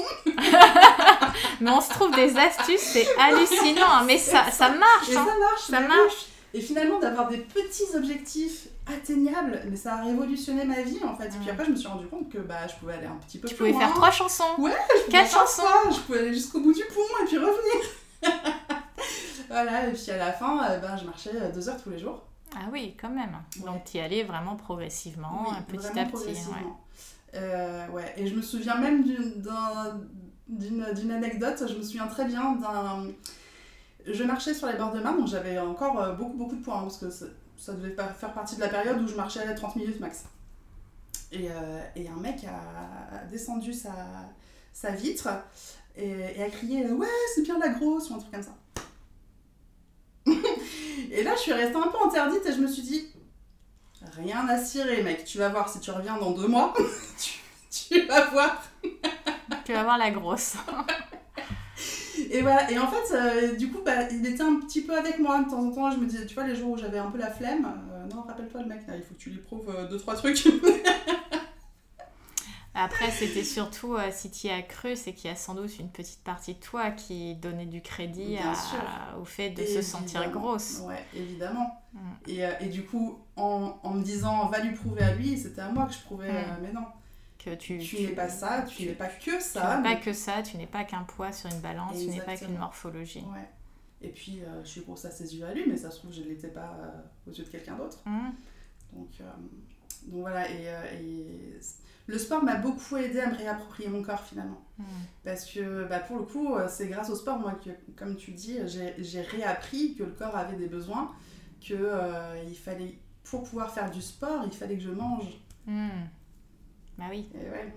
A: Mais on se trouve des astuces, c'est hallucinant. Mais ça, ça marche.
B: Et
A: hein.
B: ça marche.
A: Ça marche.
B: Et finalement, d'avoir des petits objectifs atteignables, mais ça a révolutionné ma vie, en fait. Et puis après, je me suis rendu compte que bah, je pouvais aller un petit peu
A: tu
B: plus loin.
A: Tu pouvais faire trois chansons.
B: Ouais, je
A: quatre chansons.
B: Ça. Je pouvais aller jusqu'au bout du pont et puis revenir. Voilà, et puis à la fin, euh, ben, je marchais deux heures tous les jours.
A: Ah oui, quand même. Ouais. Donc tu y allais vraiment progressivement,
B: oui,
A: petit
B: vraiment
A: à petit.
B: Progressivement.
A: Ouais.
B: Euh, ouais. Et je me souviens même d'une, d'un, d'une, d'une anecdote, je me souviens très bien d'un... Je marchais sur les bords de Marne, donc j'avais encore beaucoup beaucoup de poids, hein, parce que ça, ça devait faire partie de la période où je marchais à trente minutes max. Et, euh, et un mec a, a descendu sa, sa vitre et, et a crié « Ouais, c'est bien la grosse » ou un truc comme ça. Et là, je suis restée un peu interdite et je me suis dit rien à cirer, mec. Tu vas voir, si tu reviens dans deux mois, tu, tu vas voir.
A: Tu vas voir la grosse.
B: Et voilà. Et en fait, euh, du coup, bah, il était un petit peu avec moi de temps en temps. Je me disais, tu vois, les jours où j'avais un peu la flemme, euh, non, rappelle-toi le mec, là, il faut que tu lui prouves euh, deux, trois trucs.
A: Après, c'était surtout, euh, si tu y as cru, c'est qu'il y a sans doute une petite partie de toi qui donnait du crédit à, au fait de évidemment. Se sentir grosse.
B: Ouais, évidemment.
A: Mm.
B: Et, euh, et du coup, en, en me disant, va lui prouver à lui, c'était à moi que je prouvais, mm. euh, mais non.
A: Que tu,
B: tu,
A: tu
B: n'es pas ça, tu, tu n'es pas que ça.
A: Tu n'es
B: mais...
A: pas que ça, tu n'es pas qu'un poids sur une balance, Exactement. Tu n'es pas qu'une morphologie.
B: Ouais. Et puis, euh, je suis grosse à ses yeux à lui, mais ça se trouve, je ne l'étais pas euh, aux yeux de quelqu'un d'autre. Mm. Donc, euh, donc voilà, et, euh, et le sport m'a beaucoup aidée à me réapproprier mon corps finalement. Mm. Parce que bah, pour le coup, c'est grâce au sport, moi, que, comme tu dis, j'ai, j'ai réappris que le corps avait des besoins, qu'il euh, fallait, pour pouvoir faire du sport, il fallait que je mange.
A: Mm. Bah oui.
B: Et ouais.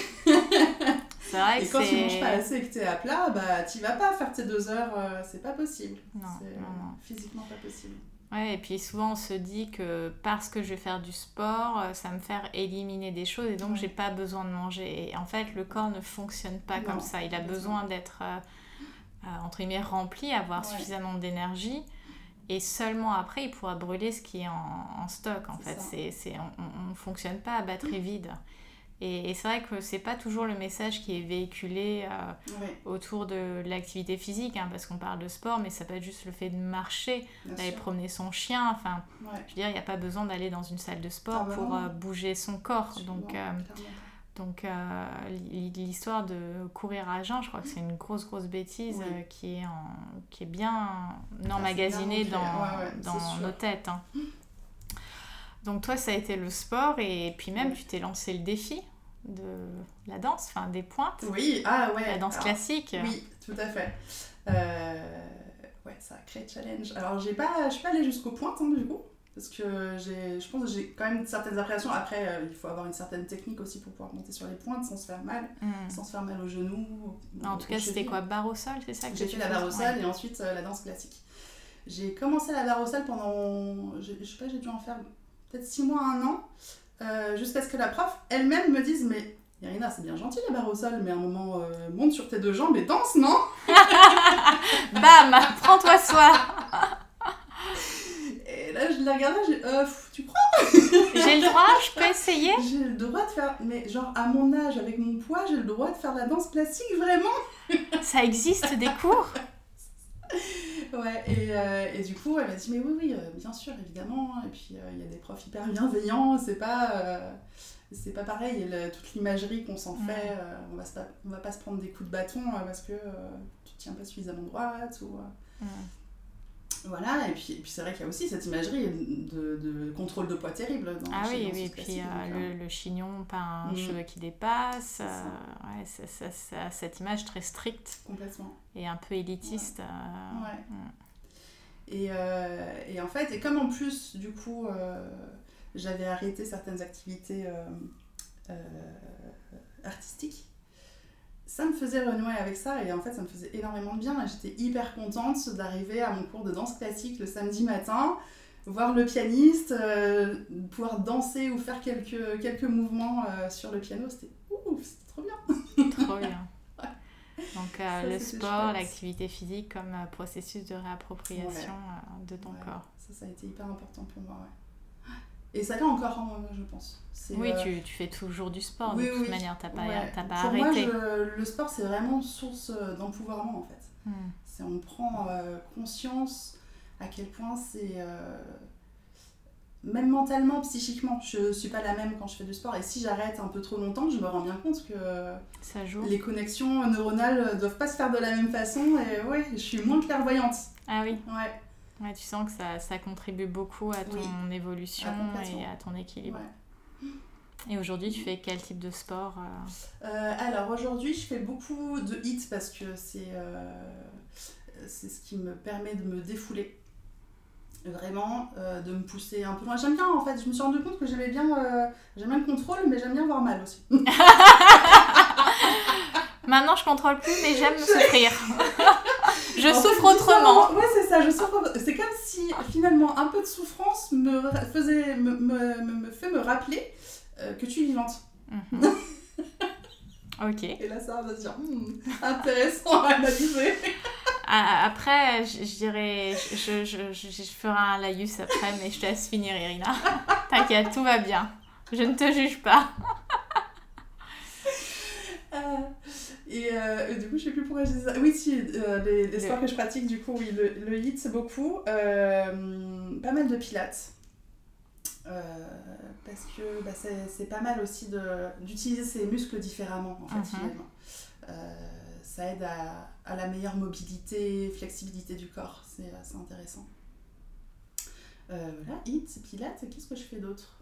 A: C'est vrai
B: et
A: que
B: quand
A: c'est...
B: tu manges pas assez et que t'es à plat, bah t'y vas pas faire tes deux heures, euh, c'est pas possible.
A: Non,
B: c'est
A: non, non.
B: Physiquement pas possible.
A: Ouais, et puis souvent on se dit que parce que je vais faire du sport, ça va me faire éliminer des choses et donc ouais. j'ai pas besoin de manger. Et en fait, le corps ne fonctionne pas non, comme ça. Il a besoin d'être, euh, euh, entre guillemets, rempli, avoir ouais. suffisamment d'énergie. Et seulement après, il pourra brûler ce qui est en, en stock, en c'est fait. C'est, c'est, on ne fonctionne pas à batterie vide. Et, et c'est vrai que c'est pas toujours le message qui est véhiculé euh, oui. autour de l'activité physique, hein, parce qu'on parle de sport, mais ça peut être juste le fait de marcher, Bien d'aller sûr. promener son chien. Enfin, ouais. je veux dire, il n'y a pas besoin d'aller dans une salle de sport ah bah pour euh, bouger son corps. Donc, euh, donc euh, l'histoire de courir à jeun, je crois que c'est une grosse, grosse bêtise oui. euh, qui, est en, qui est bien emmagasinée dans, ouais, ouais, dans nos têtes. Hein. Donc toi, ça a été le sport et puis même, oui. tu t'es lancé le défi de la danse, enfin des pointes.
B: Oui, ah ouais.
A: La danse
B: alors,
A: classique.
B: Oui, tout à fait. Euh, ouais, ça a créé challenge. Alors, j'ai pas, je suis pas allée jusqu'aux pointes, hein, du coup, parce que j'ai, je pense que j'ai quand même certaines appréhensions. Après, euh, il faut avoir une certaine technique aussi pour pouvoir monter sur les pointes sans se faire mal, mm. sans se faire mal aux genoux.
A: En tout cas, chevilles. C'était quoi, barre au sol, c'est ça que
B: j'ai fait la barre au sol ouais. et ensuite euh, la danse classique. J'ai commencé la barre au sol pendant, je, je sais pas, j'ai dû en faire peut-être six mois, un an, euh, jusqu'à ce que la prof elle-même me dise, mais Irina, c'est bien gentil la barre au sol, mais à un moment, euh, monte sur tes deux jambes et danse, non?
A: Bam, prends-toi soi.
B: Et là, je la regardais, j'ai euh, tu crois?
A: J'ai le droit, je peux essayer?
B: J'ai le droit de faire, mais genre à mon âge, avec mon poids, j'ai le droit de faire la danse classique, vraiment?
A: Ça existe des cours?
B: Ouais, et, euh, et du coup, elle m'a dit, mais oui, oui, euh, bien sûr, évidemment. Et puis, il euh, y a des profs hyper bienveillants, c'est pas, euh, c'est pas pareil. Le, toute l'imagerie qu'on s'en mmh. fait, euh, on va, se, on va pas se prendre des coups de bâton euh, parce que euh, tu tiens pas suffisamment droite. Ou, euh... mmh. Voilà, et puis, et puis c'est vrai qu'il y a aussi cette imagerie de, de contrôle de poids terrible. Dans
A: ah oui, oui, et puis euh, donc, le, le chignon, pas un mmh. cheveu qui dépasse. C'est euh, ouais, c'est, c'est, c'est, c'est cette image très stricte.
B: Complètement.
A: Et un peu élitiste.
B: Ouais.
A: Euh,
B: ouais. Mmh. Et, euh, et en fait, et comme en plus, du coup, euh, j'avais arrêté certaines activités euh, euh, artistiques, ça me faisait renouer avec ça et en fait ça me faisait énormément de bien. J'étais hyper contente d'arriver à mon cours de danse classique le samedi matin, voir le pianiste, euh, pouvoir danser ou faire quelques, quelques mouvements euh, sur le piano, c'était ouf, c'était trop bien.
A: Trop bien. Ouais. Donc euh, ça, le sport, chouette. L'activité physique comme euh, processus de réappropriation ouais. euh, de ton
B: ouais.
A: corps.
B: Ça, ça a été hyper important pour moi, ouais. Et ça l'est encore en moi, je pense. C'est,
A: oui,
B: euh...
A: tu, tu fais toujours du sport,
B: oui,
A: de toute
B: oui.
A: manière, t'as pas,
B: ouais.
A: t'as pas
B: Pour
A: arrêté.
B: Pour moi, je, le sport, c'est vraiment source d'empouvoirment, en fait. Hmm. C'est, on prend euh, conscience à quel point c'est... Euh, même mentalement, psychiquement, je suis pas la même quand je fais du sport. Et si j'arrête un peu trop longtemps, je me rends bien compte que
A: ça joue.
B: Les connexions neuronales doivent pas se faire de la même façon. Et ouais, je suis moins clairvoyante.
A: Ah oui.
B: Ouais.
A: Ouais, tu sens que ça, ça contribue beaucoup à ton oui. évolution ah, et à ton équilibre. Ouais. Et aujourd'hui, tu fais quel type de sport euh...
B: Euh, Alors aujourd'hui, je fais beaucoup de hit parce que c'est, euh, c'est ce qui me permet de me défouler. Vraiment, euh, de me pousser un peu loin. J'aime bien, en fait, je me suis rendu compte que j'aimais bien, euh, j'aime bien le contrôle, mais j'aime bien avoir mal aussi.
A: Maintenant, je contrôle plus, mais j'aime me souffrir. Je en souffre fait, autrement.
B: Ouais, c'est ça, je souffre. C'est comme si, finalement, un peu de souffrance me, faisait, me, me, me fait me rappeler euh, que tu es vivante.
A: Mm-hmm. Ok.
B: Et là, ça va se dire, hmm, intéressant à analyser.
A: Après, je, je dirais, je, je, je, je ferai un laïus après, mais je te laisse finir, Irina. T'inquiète, tout va bien. Je ne te juge pas.
B: Et, euh, et du coup, je sais plus pourquoi je disais ça. Oui, si, euh, les, les sports que je pratique, du coup, oui, le, le H I I T, c'est beaucoup. Euh, pas mal de pilates. Euh, parce que bah, c'est, c'est pas mal aussi de, d'utiliser ses muscles différemment, en fait,
A: Mm-hmm.
B: finalement. Euh, ça aide à, à la meilleure mobilité, flexibilité du corps. C'est, c'est intéressant. Euh, voilà, H I I T, pilates, qu'est-ce que je fais d'autre?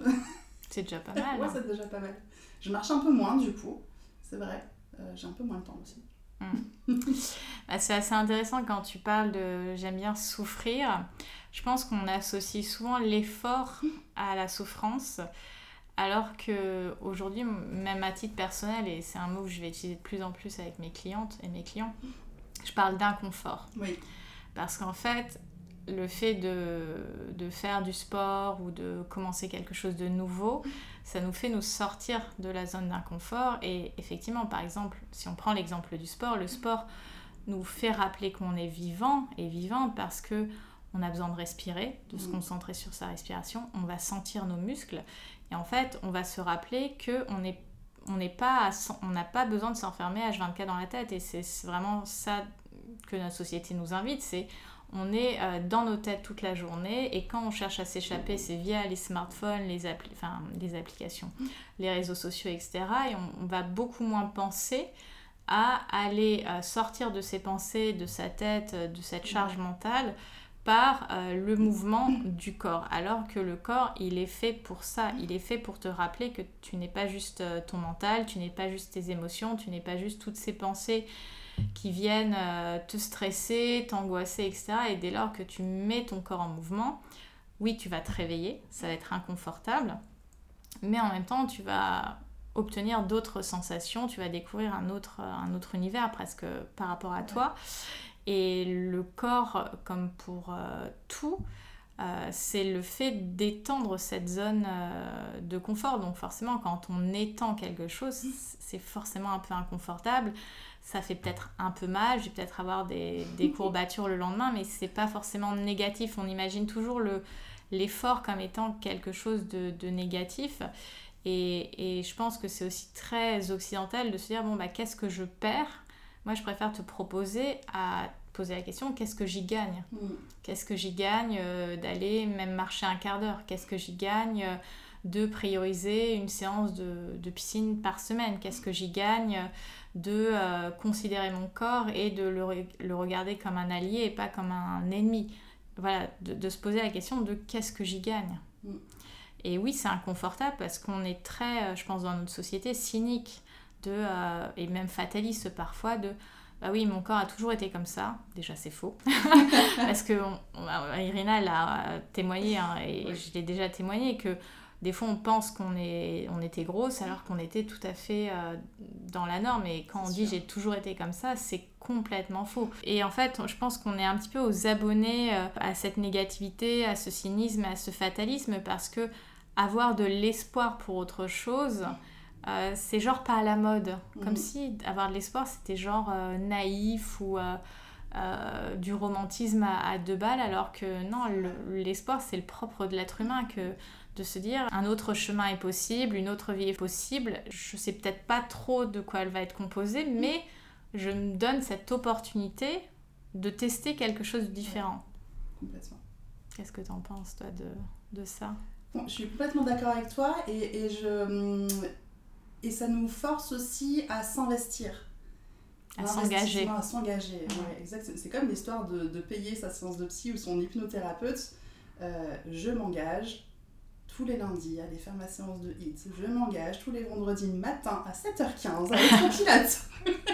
A: C'est déjà pas mal.
B: Ouais,
A: hein.
B: c'est déjà pas mal. Je marche un peu moins, du coup, c'est vrai. Euh, j'ai un peu moins de temps aussi.
A: Mm. Bah, c'est assez intéressant quand tu parles de j'aime bien souffrir. Je pense qu'on associe souvent l'effort à la souffrance, alors qu'aujourd'hui, même à titre personnel, et c'est un mot que je vais utiliser de plus en plus avec mes clientes et mes clients, je parle d'inconfort.
B: Oui.
A: Parce qu'en fait, le fait de, de faire du sport ou de commencer quelque chose de nouveau, ça nous fait nous sortir de la zone d'inconfort. Et effectivement, par exemple, si on prend l'exemple du sport, le sport nous fait rappeler qu'on est vivant et vivante parce que on a besoin de respirer, de se concentrer sur sa respiration, on va sentir nos muscles et en fait, on va se rappeler qu'on est on n'est pas à, on n'a pas besoin de s'enfermer H vingt-quatre dans la tête et c'est vraiment ça que notre société nous invite, c'est on est euh, dans nos têtes toute la journée et quand on cherche à s'échapper, c'est via les smartphones, les, appli- enfin, les applications, les réseaux sociaux, et cetera. Et on, on va beaucoup moins penser à aller euh, sortir de ses pensées, de sa tête, de cette charge mentale par euh, le mouvement du corps. Alors que le corps, il est fait pour ça. Il est fait pour te rappeler que tu n'es pas juste euh, ton mental, tu n'es pas juste tes émotions, tu n'es pas juste toutes ces pensées qui viennent euh, te stresser, t'angoisser, et cetera. Et dès lors que tu mets ton corps en mouvement, oui, tu vas te réveiller, ça va être inconfortable, mais en même temps, tu vas obtenir d'autres sensations, tu vas découvrir un autre, un autre univers presque par rapport à toi. Et le corps, comme pour euh, tout, euh, c'est le fait d'étendre cette zone euh, de confort. Donc forcément, quand on étend quelque chose, c'est forcément un peu inconfortable. Ça fait peut-être un peu mal, je vais peut-être avoir des, des courbatures le lendemain, mais c'est pas forcément négatif. On imagine toujours le, l'effort comme étant quelque chose de, de négatif. Et, et je pense que c'est aussi très occidental de se dire, bon, bah, qu'est-ce que je perds ? Moi, je préfère te proposer à poser la question, qu'est-ce que j'y gagne ? mmh. Qu'est-ce que j'y gagne euh, d'aller même marcher un quart d'heure ? Qu'est-ce que j'y gagne euh, de prioriser une séance de, de piscine par semaine ? Qu'est-ce que j'y gagne de euh, considérer mon corps et de le, le regarder comme un allié et pas comme un ennemi ? Voilà, de, de se poser la question de qu'est-ce que j'y gagne ? mmh. Et oui, c'est inconfortable parce qu'on est très, je pense, dans notre société, cynique de, euh, et même fataliste parfois de bah oui, mon corps a toujours été comme ça. Déjà, c'est faux. Parce que on, on, Irina l'a témoigné, hein, et oui. Je l'ai déjà témoigné, que des fois, on pense qu'on est, on était grosse alors qu'on était tout à fait euh, dans la norme. Et quand c'est on sûr. Dit « j'ai toujours été comme ça », c'est complètement faux. Et en fait, je pense qu'on est un petit peu aux abonnés euh, à cette négativité, à ce cynisme, à ce fatalisme, parce que avoir de l'espoir pour autre chose... Euh, c'est genre pas à la mode, mmh. Comme si avoir de l'espoir c'était genre euh, naïf ou euh, euh, du romantisme à, à deux balles, alors que non, le, l'espoir c'est le propre de l'être humain, que de se dire un autre chemin est possible, une autre vie est possible. Je sais peut-être pas trop de quoi elle va être composée, mais je me donne cette opportunité de tester quelque chose de différent.
B: Ouais, complètement.
A: Qu'est-ce que t'en penses toi de, de ça ?
B: Bon, je suis complètement d'accord avec toi et, et je... Et ça nous force aussi à s'investir.
A: À s'engager.
B: À s'engager, ouais. Ouais, exact. C'est comme l'histoire de, de payer sa séance de psy ou son hypnothérapeute. Euh, je m'engage tous les lundis à aller faire ma séance de H I I T. Je m'engage tous les vendredis matin à sept heures quinze avec mon pilates.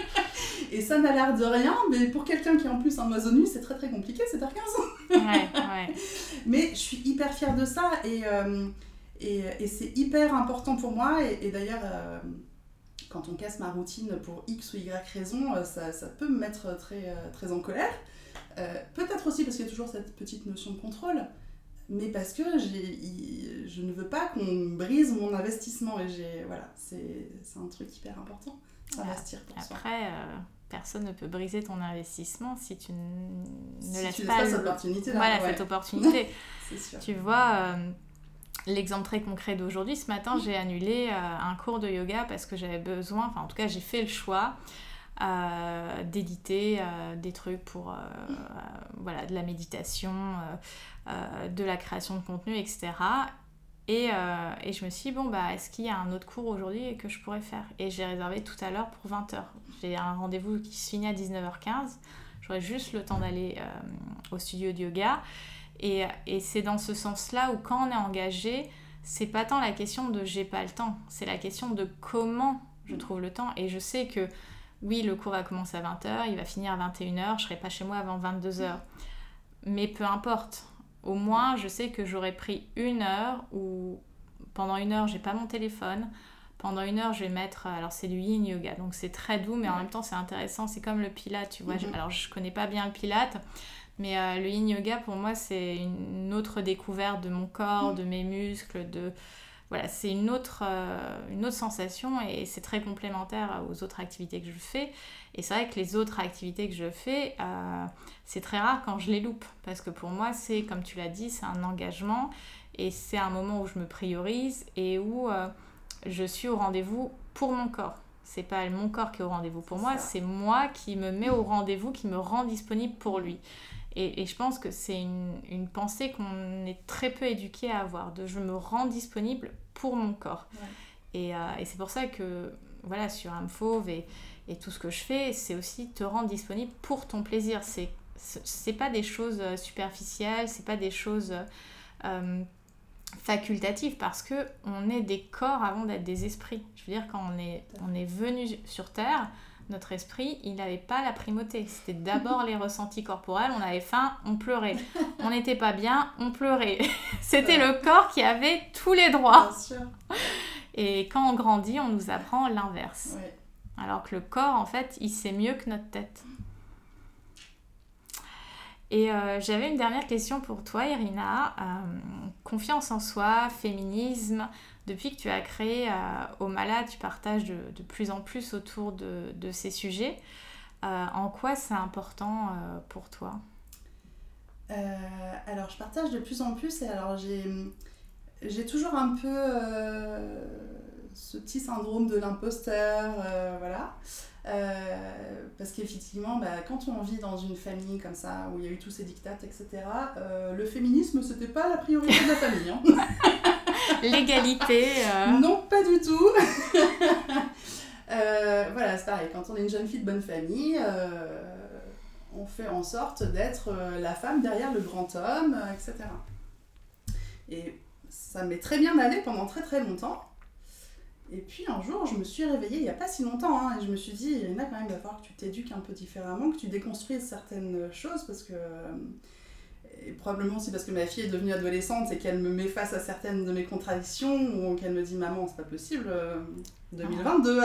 B: Et ça n'a l'air de rien, mais pour quelqu'un qui est en plus un oiseau de nuit, c'est très très compliqué, sept heures quinze.
A: Ouais, ouais.
B: Mais je suis hyper fière de ça et... Euh, Et, et c'est hyper important pour moi, et, et d'ailleurs, euh, quand on casse ma routine pour X ou Y raison, euh, ça, ça peut me mettre très, euh, très en colère. Euh, peut-être aussi parce qu'il y a toujours cette petite notion de contrôle, mais parce que j'ai, je ne veux pas qu'on brise mon investissement, et j'ai, voilà, c'est, c'est un truc hyper important, s'investir pour
A: Après,
B: soi.
A: Après, euh, personne ne peut briser ton investissement si tu n- ne
B: si
A: laisses
B: tu
A: pas...
B: pas
A: le...
B: cette opportunité-là.
A: Voilà,
B: ouais.
A: cette opportunité.
B: C'est sûr.
A: Tu vois... Euh, L'exemple très concret d'aujourd'hui, ce matin, j'ai annulé euh, un cours de yoga parce que j'avais besoin, enfin en tout cas j'ai fait le choix euh, d'éditer euh, des trucs pour euh, euh, voilà, de la méditation, euh, euh, de la création de contenu, et cetera. Et, euh, et je me suis dit, bon, bah, est-ce qu'il y a un autre cours aujourd'hui que je pourrais faire ? Et j'ai réservé tout à l'heure pour vingt heures. J'ai un rendez-vous qui se finit à dix-neuf heures quinze. J'aurai juste le temps d'aller euh, au studio de yoga. Et, et c'est dans ce sens-là où quand on est engagé, c'est pas tant la question de j'ai pas le temps, c'est la question de comment je trouve le temps. Et je sais que oui, le cours va commencer à vingt heures, il va finir à vingt et une heures, je serai pas chez moi avant vingt-deux heures. Mais peu importe. Au moins, je sais que j'aurais pris une heure où pendant une heure, j'ai pas mon téléphone. Pendant une heure, je vais mettre... Alors, c'est du yin yoga, donc c'est très doux, mais en même temps, c'est intéressant. C'est comme le pilate, tu vois. Mm-hmm. Alors, je connais pas bien le pilate, mais euh, le yin yoga, pour moi, c'est une autre découverte de mon corps, de mes muscles, de... Voilà, c'est une autre, euh, une autre sensation et c'est très complémentaire aux autres activités que je fais. Et c'est vrai que les autres activités que je fais, euh, c'est très rare quand je les loupe. Parce que pour moi, c'est, comme tu l'as dit, c'est un engagement et c'est un moment où je me priorise et où euh, je suis au rendez-vous pour mon corps. C'est pas mon corps qui est au rendez-vous pour moi, c'est moi qui me mets au rendez-vous, qui me rend disponible pour lui. Et, et je pense que c'est une, une pensée qu'on est très peu éduqué à avoir, de je me rends disponible pour mon corps. Ouais. Et, euh, et c'est pour ça que, voilà, sur âme fauve et, et tout ce que je fais, c'est aussi te rendre disponible pour ton plaisir. C'est, c'est pas des choses superficielles, c'est pas des choses euh, facultatives, parce qu'on est des corps avant d'être des esprits. Je veux dire, quand on est, on est venu sur Terre, notre esprit, il n'avait pas la primauté. C'était d'abord les ressentis corporels. On avait faim, on pleurait. On n'était pas bien, on pleurait. C'était ouais. Le corps qui avait tous les droits.
B: Bien sûr.
A: Et quand on grandit, on nous apprend l'inverse.
B: Ouais.
A: Alors que le corps, en fait, il sait mieux que notre tête. Et euh, j'avais une dernière question pour toi, Irina. Euh, confiance en soi, féminisme... Depuis que tu as créé euh, Omala, tu partages de, de plus en plus autour de, de ces sujets. Euh, en quoi c'est important euh, pour toi ?
B: euh, Alors, je partage de plus en plus et alors j'ai, j'ai toujours un peu euh, ce petit syndrome de l'imposteur, euh, voilà. Euh, parce qu'effectivement, bah, quand on vit dans une famille comme ça, où il y a eu tous ces diktats, et cetera, euh, le féminisme, c'était pas la priorité de la famille. Hein.
A: L'égalité euh...
B: Non, pas du tout. euh, voilà, c'est pareil, quand on est une jeune fille de bonne famille, euh, on fait en sorte d'être euh, la femme derrière le grand homme, euh, et cetera. Et ça m'est très bien allé pendant très très longtemps. Et puis un jour, je me suis réveillée, il n'y a pas si longtemps, hein, et je me suis dit, Irina, quand même, il va falloir que tu t'éduques un peu différemment, que tu déconstruises certaines choses, parce que... Et probablement aussi parce que ma fille est devenue adolescente et qu'elle me met face à certaines de mes contradictions, ou qu'elle me dit « Maman, c'est pas possible, euh, deux mille vingt-deux, allô ?»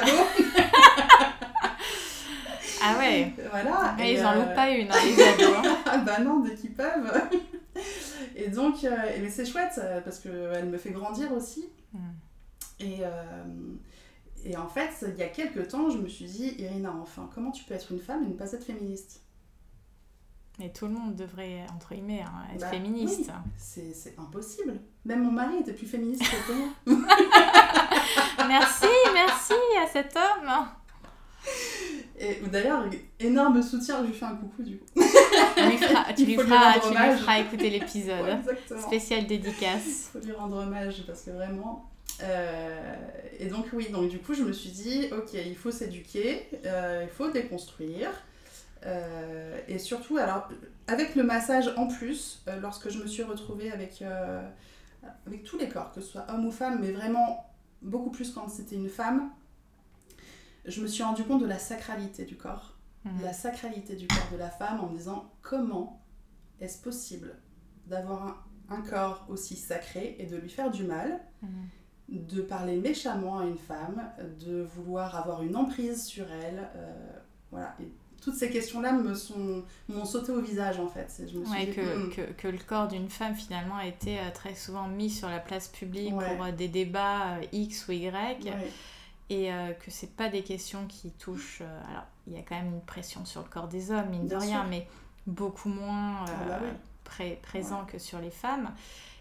A: Ah ouais.
B: Voilà.
A: Mais ils en euh... loupent pas une, hein, les ados. Hein.
B: Ah bah non, dès qu'ils peuvent. Et donc, euh, et mais c'est chouette, parce qu'elle me fait grandir aussi. Mm. Et, euh, et en fait, il y a quelques temps, je me suis dit « Irina, enfin, comment tu peux être une femme et ne pas être féministe ?»
A: Mais tout le monde devrait, entre guillemets, hein, être
B: bah,
A: féministe.
B: Oui, c'est, c'est impossible. Même mon mari était plus féministe que moi.
A: Merci, merci à cet homme.
B: Et d'ailleurs, énorme soutien, je lui fais un coucou du coup.
A: Lui fera, tu lui feras, tu lui feras écouter l'épisode.
B: Ouais,
A: spécial dédicace.
B: Il faut lui rendre hommage parce que vraiment... Euh, et donc oui, donc du coup je me suis dit, ok, il faut s'éduquer, euh, il faut déconstruire. Euh, et surtout, alors, avec le massage en plus, euh, lorsque je me suis retrouvée avec, euh, avec tous les corps, que ce soit homme ou femme, mais vraiment beaucoup plus quand c'était une femme, je me suis rendu compte de la sacralité du corps, mmh. la sacralité du corps de la femme, en me disant comment est-ce possible d'avoir un, un corps aussi sacré et de lui faire du mal, mmh. de parler méchamment à une femme, de vouloir avoir une emprise sur elle, euh, voilà. Et toutes ces questions-là me sont, m'ont sauté au visage, en fait. Je me suis
A: ouais,
B: dit,
A: que,
B: mm.
A: que, que le corps d'une femme, finalement, a été euh, très souvent mis sur la place publique
B: ouais.
A: pour euh, des débats euh, X ou Y.
B: Ouais.
A: Et euh, que c'est pas des questions qui touchent... Euh, alors, il y a quand même une pression sur le corps des hommes, mine Bien de rien, sûr. Mais beaucoup moins euh, ah bah oui. pré- présent ouais. que sur les femmes.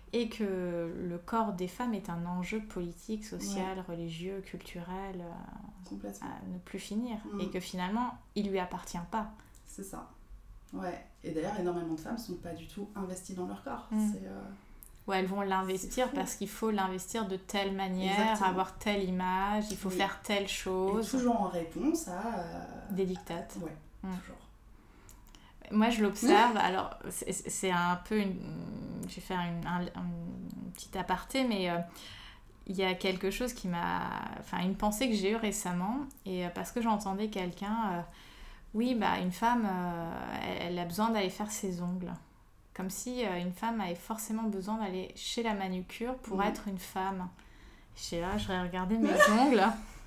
A: et que le corps des femmes est un enjeu politique, social, ouais. religieux, culturel, euh, à ne plus finir. Mmh. Et que finalement, il lui appartient pas.
B: C'est ça. Ouais. Et d'ailleurs, énormément de femmes sont pas du tout investies dans leur corps. Mmh. C'est, euh...
A: Ouais, elles vont l'investir parce qu'il faut l'investir de telle manière, Exactement. avoir telle image, il faut oui. faire telle chose.
B: Et toujours en réponse à... Euh...
A: Des dictates.
B: Ouais, mmh. toujours.
A: Moi, je l'observe. Mmh. Alors, c'est, c'est un peu une... Je vais faire une, un, un petit aparté, mais euh, il y a quelque chose qui m'a... Enfin, une pensée que j'ai eue récemment, et euh, parce que j'entendais quelqu'un... Euh, oui, bah, une femme, euh, elle, elle a besoin d'aller faire ses ongles. Comme si euh, une femme avait forcément besoin d'aller chez la manucure pour mmh. être une femme. J'étais là, je regardais mes ongles.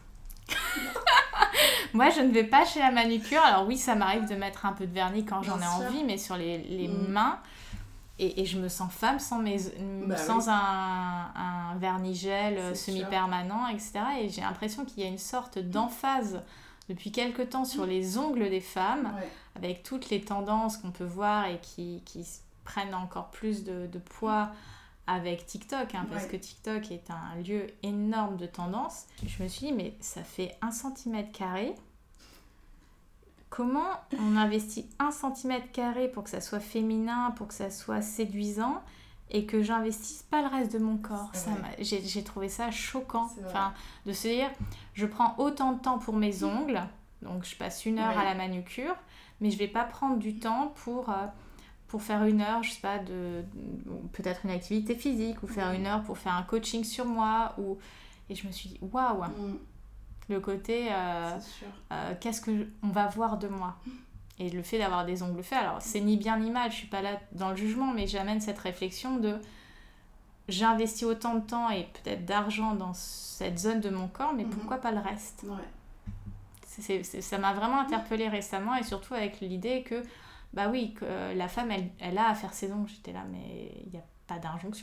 A: Moi, je ne vais pas chez la manucure. Alors oui, ça m'arrive de mettre un peu de vernis quand Bien j'en ai sûr. envie, mais sur les, les mmh. mains. Et, et je me sens femme sans, mes, bah sans oui. un, un vernis gel semi-permanent, et cetera. Et j'ai l'impression qu'il y a une sorte d'emphase depuis quelque temps sur mmh. les ongles des femmes, ouais. avec toutes les tendances qu'on peut voir et qui, qui prennent encore plus de, de poids avec TikTok, hein, parce ouais. que TikTok est un lieu énorme de tendances. Je me suis dit, mais ça fait un centimètre carré. Comment on investit un centimètre carré pour que ça soit féminin, pour que ça soit séduisant, et que j'investisse pas le reste de mon corps. Ça j'ai, j'ai trouvé ça choquant. Enfin, de se dire, je prends autant de temps pour mes ongles, donc je passe une heure ouais. à la manucure, mais je vais pas prendre du temps pour... Euh, pour faire une heure, je sais pas, de, de peut-être une activité physique, ou faire une heure pour faire un coaching sur moi, ou... et je me suis dit, waouh, mm. le côté, euh, euh, qu'est-ce qu'on va voir de moi ? Et le fait d'avoir des ongles faits, alors c'est ni bien ni mal, je suis pas là dans le jugement, mais j'amène cette réflexion de, j'ai investi autant de temps et peut-être d'argent dans cette zone de mon corps, mais mm-hmm. pourquoi pas le reste ?
B: Ouais.
A: c'est, c'est, Ça m'a vraiment interpellée récemment, et surtout avec l'idée que bah oui, que euh, la femme, elle, elle a à faire ses ongles. J'étais là, mais il n'y a pas d'injonction.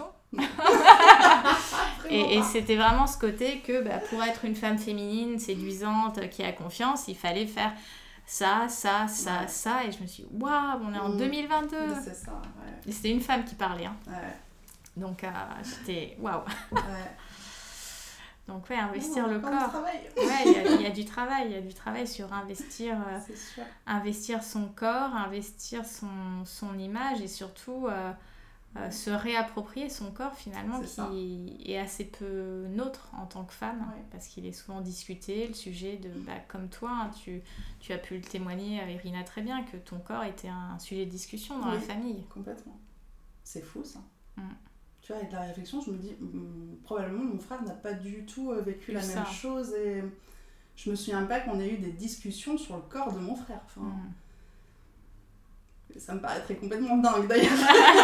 A: et, et c'était vraiment ce côté que bah, pour être une femme féminine, séduisante, qui a confiance, il fallait faire ça, ça, ça, ouais. ça. Et je me suis dit, waouh, on est en mmh. deux mille vingt-deux.
B: C'est ça, ouais.
A: Et c'était une femme qui parlait. Hein.
B: Ouais.
A: Donc, euh, j'étais waouh.
B: Ouais.
A: Donc, ouais, investir
B: non,
A: le corps.
B: Ouais,
A: il y, a, il y a du travail. Il y a du travail sur investir, euh, investir son corps, investir son, son image, et surtout euh, euh, se réapproprier son corps, finalement, C'est qui ça. est assez peu nôtre en tant que femme, ouais. parce qu'il est souvent discuté, le sujet de, bah, comme toi, hein, tu, tu as pu le témoigner, Irina, très bien, que ton corps était un sujet de discussion dans oui, la famille.
B: Complètement. C'est fou, ça.
A: Mm.
B: Tu vois, avec la réflexion, je me dis, hum, probablement mon frère n'a pas du tout euh, vécu la ça. même chose, et je me souviens pas qu'on ait eu des discussions sur le corps de mon frère. Enfin, mm. Ça me paraîtrait complètement dingue d'ailleurs.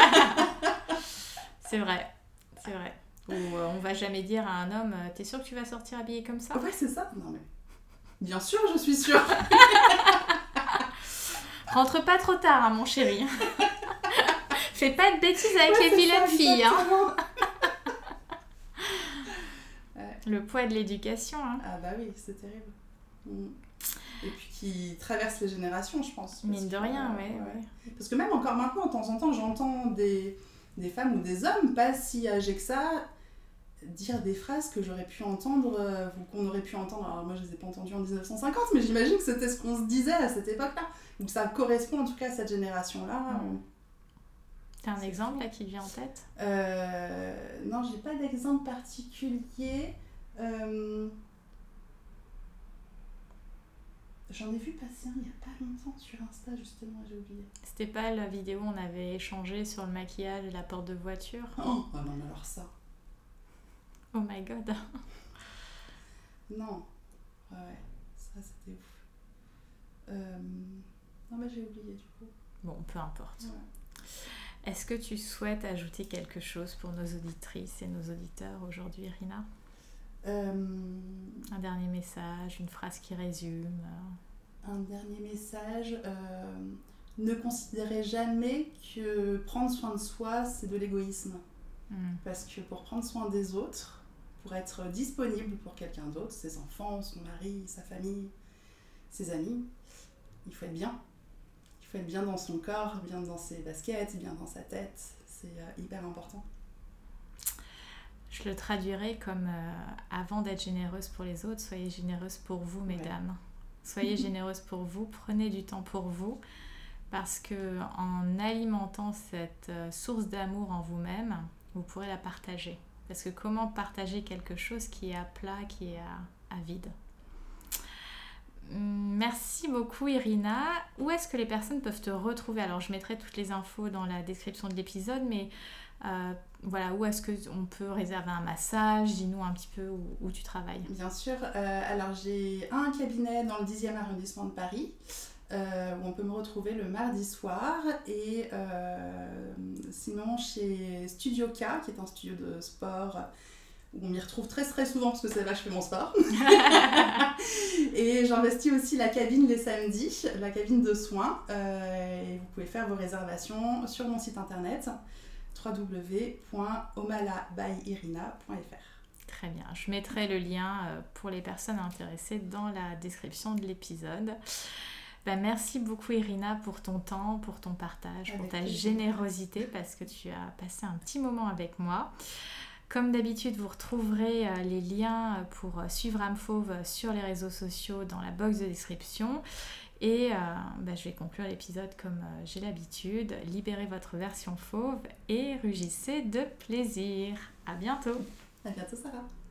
A: C'est vrai, c'est vrai. Ou euh, on va jamais dire à un homme, t'es sûr que tu vas sortir habillée comme ça ?
B: Ouais, c'est ça. Non mais, bien sûr, je suis sûre.
A: Rentre pas trop tard, hein, mon chéri. Fais pas de bêtises avec ouais, les vilaines ça, filles. Hein. Ouais. Le poids de l'éducation. Hein.
B: Ah bah oui, c'est terrible. Mm. Et puis qui traverse les générations, je pense.
A: Mine de rien,
B: euh,
A: ouais,
B: ouais.
A: ouais.
B: Parce que même encore maintenant, de temps en temps, j'entends des, des femmes ou des hommes, pas si âgés que ça, dire des phrases que j'aurais pu entendre, euh, ou qu'on aurait pu entendre. Alors moi, je les ai pas entendues en dix-neuf cent cinquante, mais j'imagine que c'était ce qu'on se disait à cette époque-là. Donc ça correspond en tout cas à cette génération-là.
A: Mm. T'as un c'est exemple fou. Là qui te vient en tête ?
B: euh, Non, j'ai pas d'exemple particulier. Euh... J'en ai vu passer un il y a pas longtemps sur Insta, justement, j'ai oublié.
A: C'était pas la vidéo où on avait échangé sur le maquillage et la porte de voiture ?
B: Oh, oh non, mais alors ça.
A: Oh my god.
B: Non. Ouais, ça c'était ouf. Euh... Non, mais j'ai oublié du coup.
A: Bon, peu importe.
B: Ouais.
A: Est-ce que tu souhaites ajouter quelque chose pour nos auditrices et nos auditeurs aujourd'hui, Irina ?
B: euh...
A: Un dernier message, une phrase qui résume.
B: Un dernier message. Euh... Ne considérez jamais que prendre soin de soi, c'est de l'égoïsme. Mm. Parce que pour prendre soin des autres, pour être disponible pour quelqu'un d'autre, ses enfants, son mari, sa famille, ses amis, il faut être bien. Il faut être bien dans son corps, bien dans ses baskets, bien dans sa tête. C'est euh, hyper important.
A: Je le traduirai comme euh, avant d'être généreuse pour les autres, soyez généreuse pour vous, mesdames. Ouais. Soyez généreuse pour vous, prenez du temps pour vous, parce que en alimentant cette euh, source d'amour en vous-même, vous pourrez la partager. Parce que comment partager quelque chose qui est à plat, qui est à, à vide? Merci beaucoup Irina. Où est-ce que les personnes peuvent te retrouver? Alors je mettrai toutes les infos dans la description de l'épisode, mais euh, voilà, où est-ce qu'on peut réserver un massage? Dis-nous un petit peu où, où tu travailles.
B: Bien sûr, euh, alors j'ai un cabinet dans le dixième arrondissement de Paris, euh, où on peut me retrouver le mardi soir, et euh, sinon chez Studio K, qui est un studio de sport où on m'y retrouve très très souvent parce que c'est là que je fais mon sport. Et j'investis aussi la cabine les samedis, la cabine de soins, euh, et vous pouvez faire vos réservations sur mon site internet w w w point omala by irina point f r.
A: Très bien, je mettrai le lien pour les personnes intéressées dans la description de l'épisode. Ben, merci beaucoup Irina pour ton temps, pour ton partage, avec pour ta plaisir. Générosité, parce que tu as passé un petit moment avec moi. Comme d'habitude, vous retrouverez les liens pour suivre âme fauve sur les réseaux sociaux dans la box de description. Et euh, bah, je vais conclure l'épisode comme euh, j'ai l'habitude. Libérez votre version fauve et rugissez de plaisir. À bientôt.
B: À bientôt Sarah.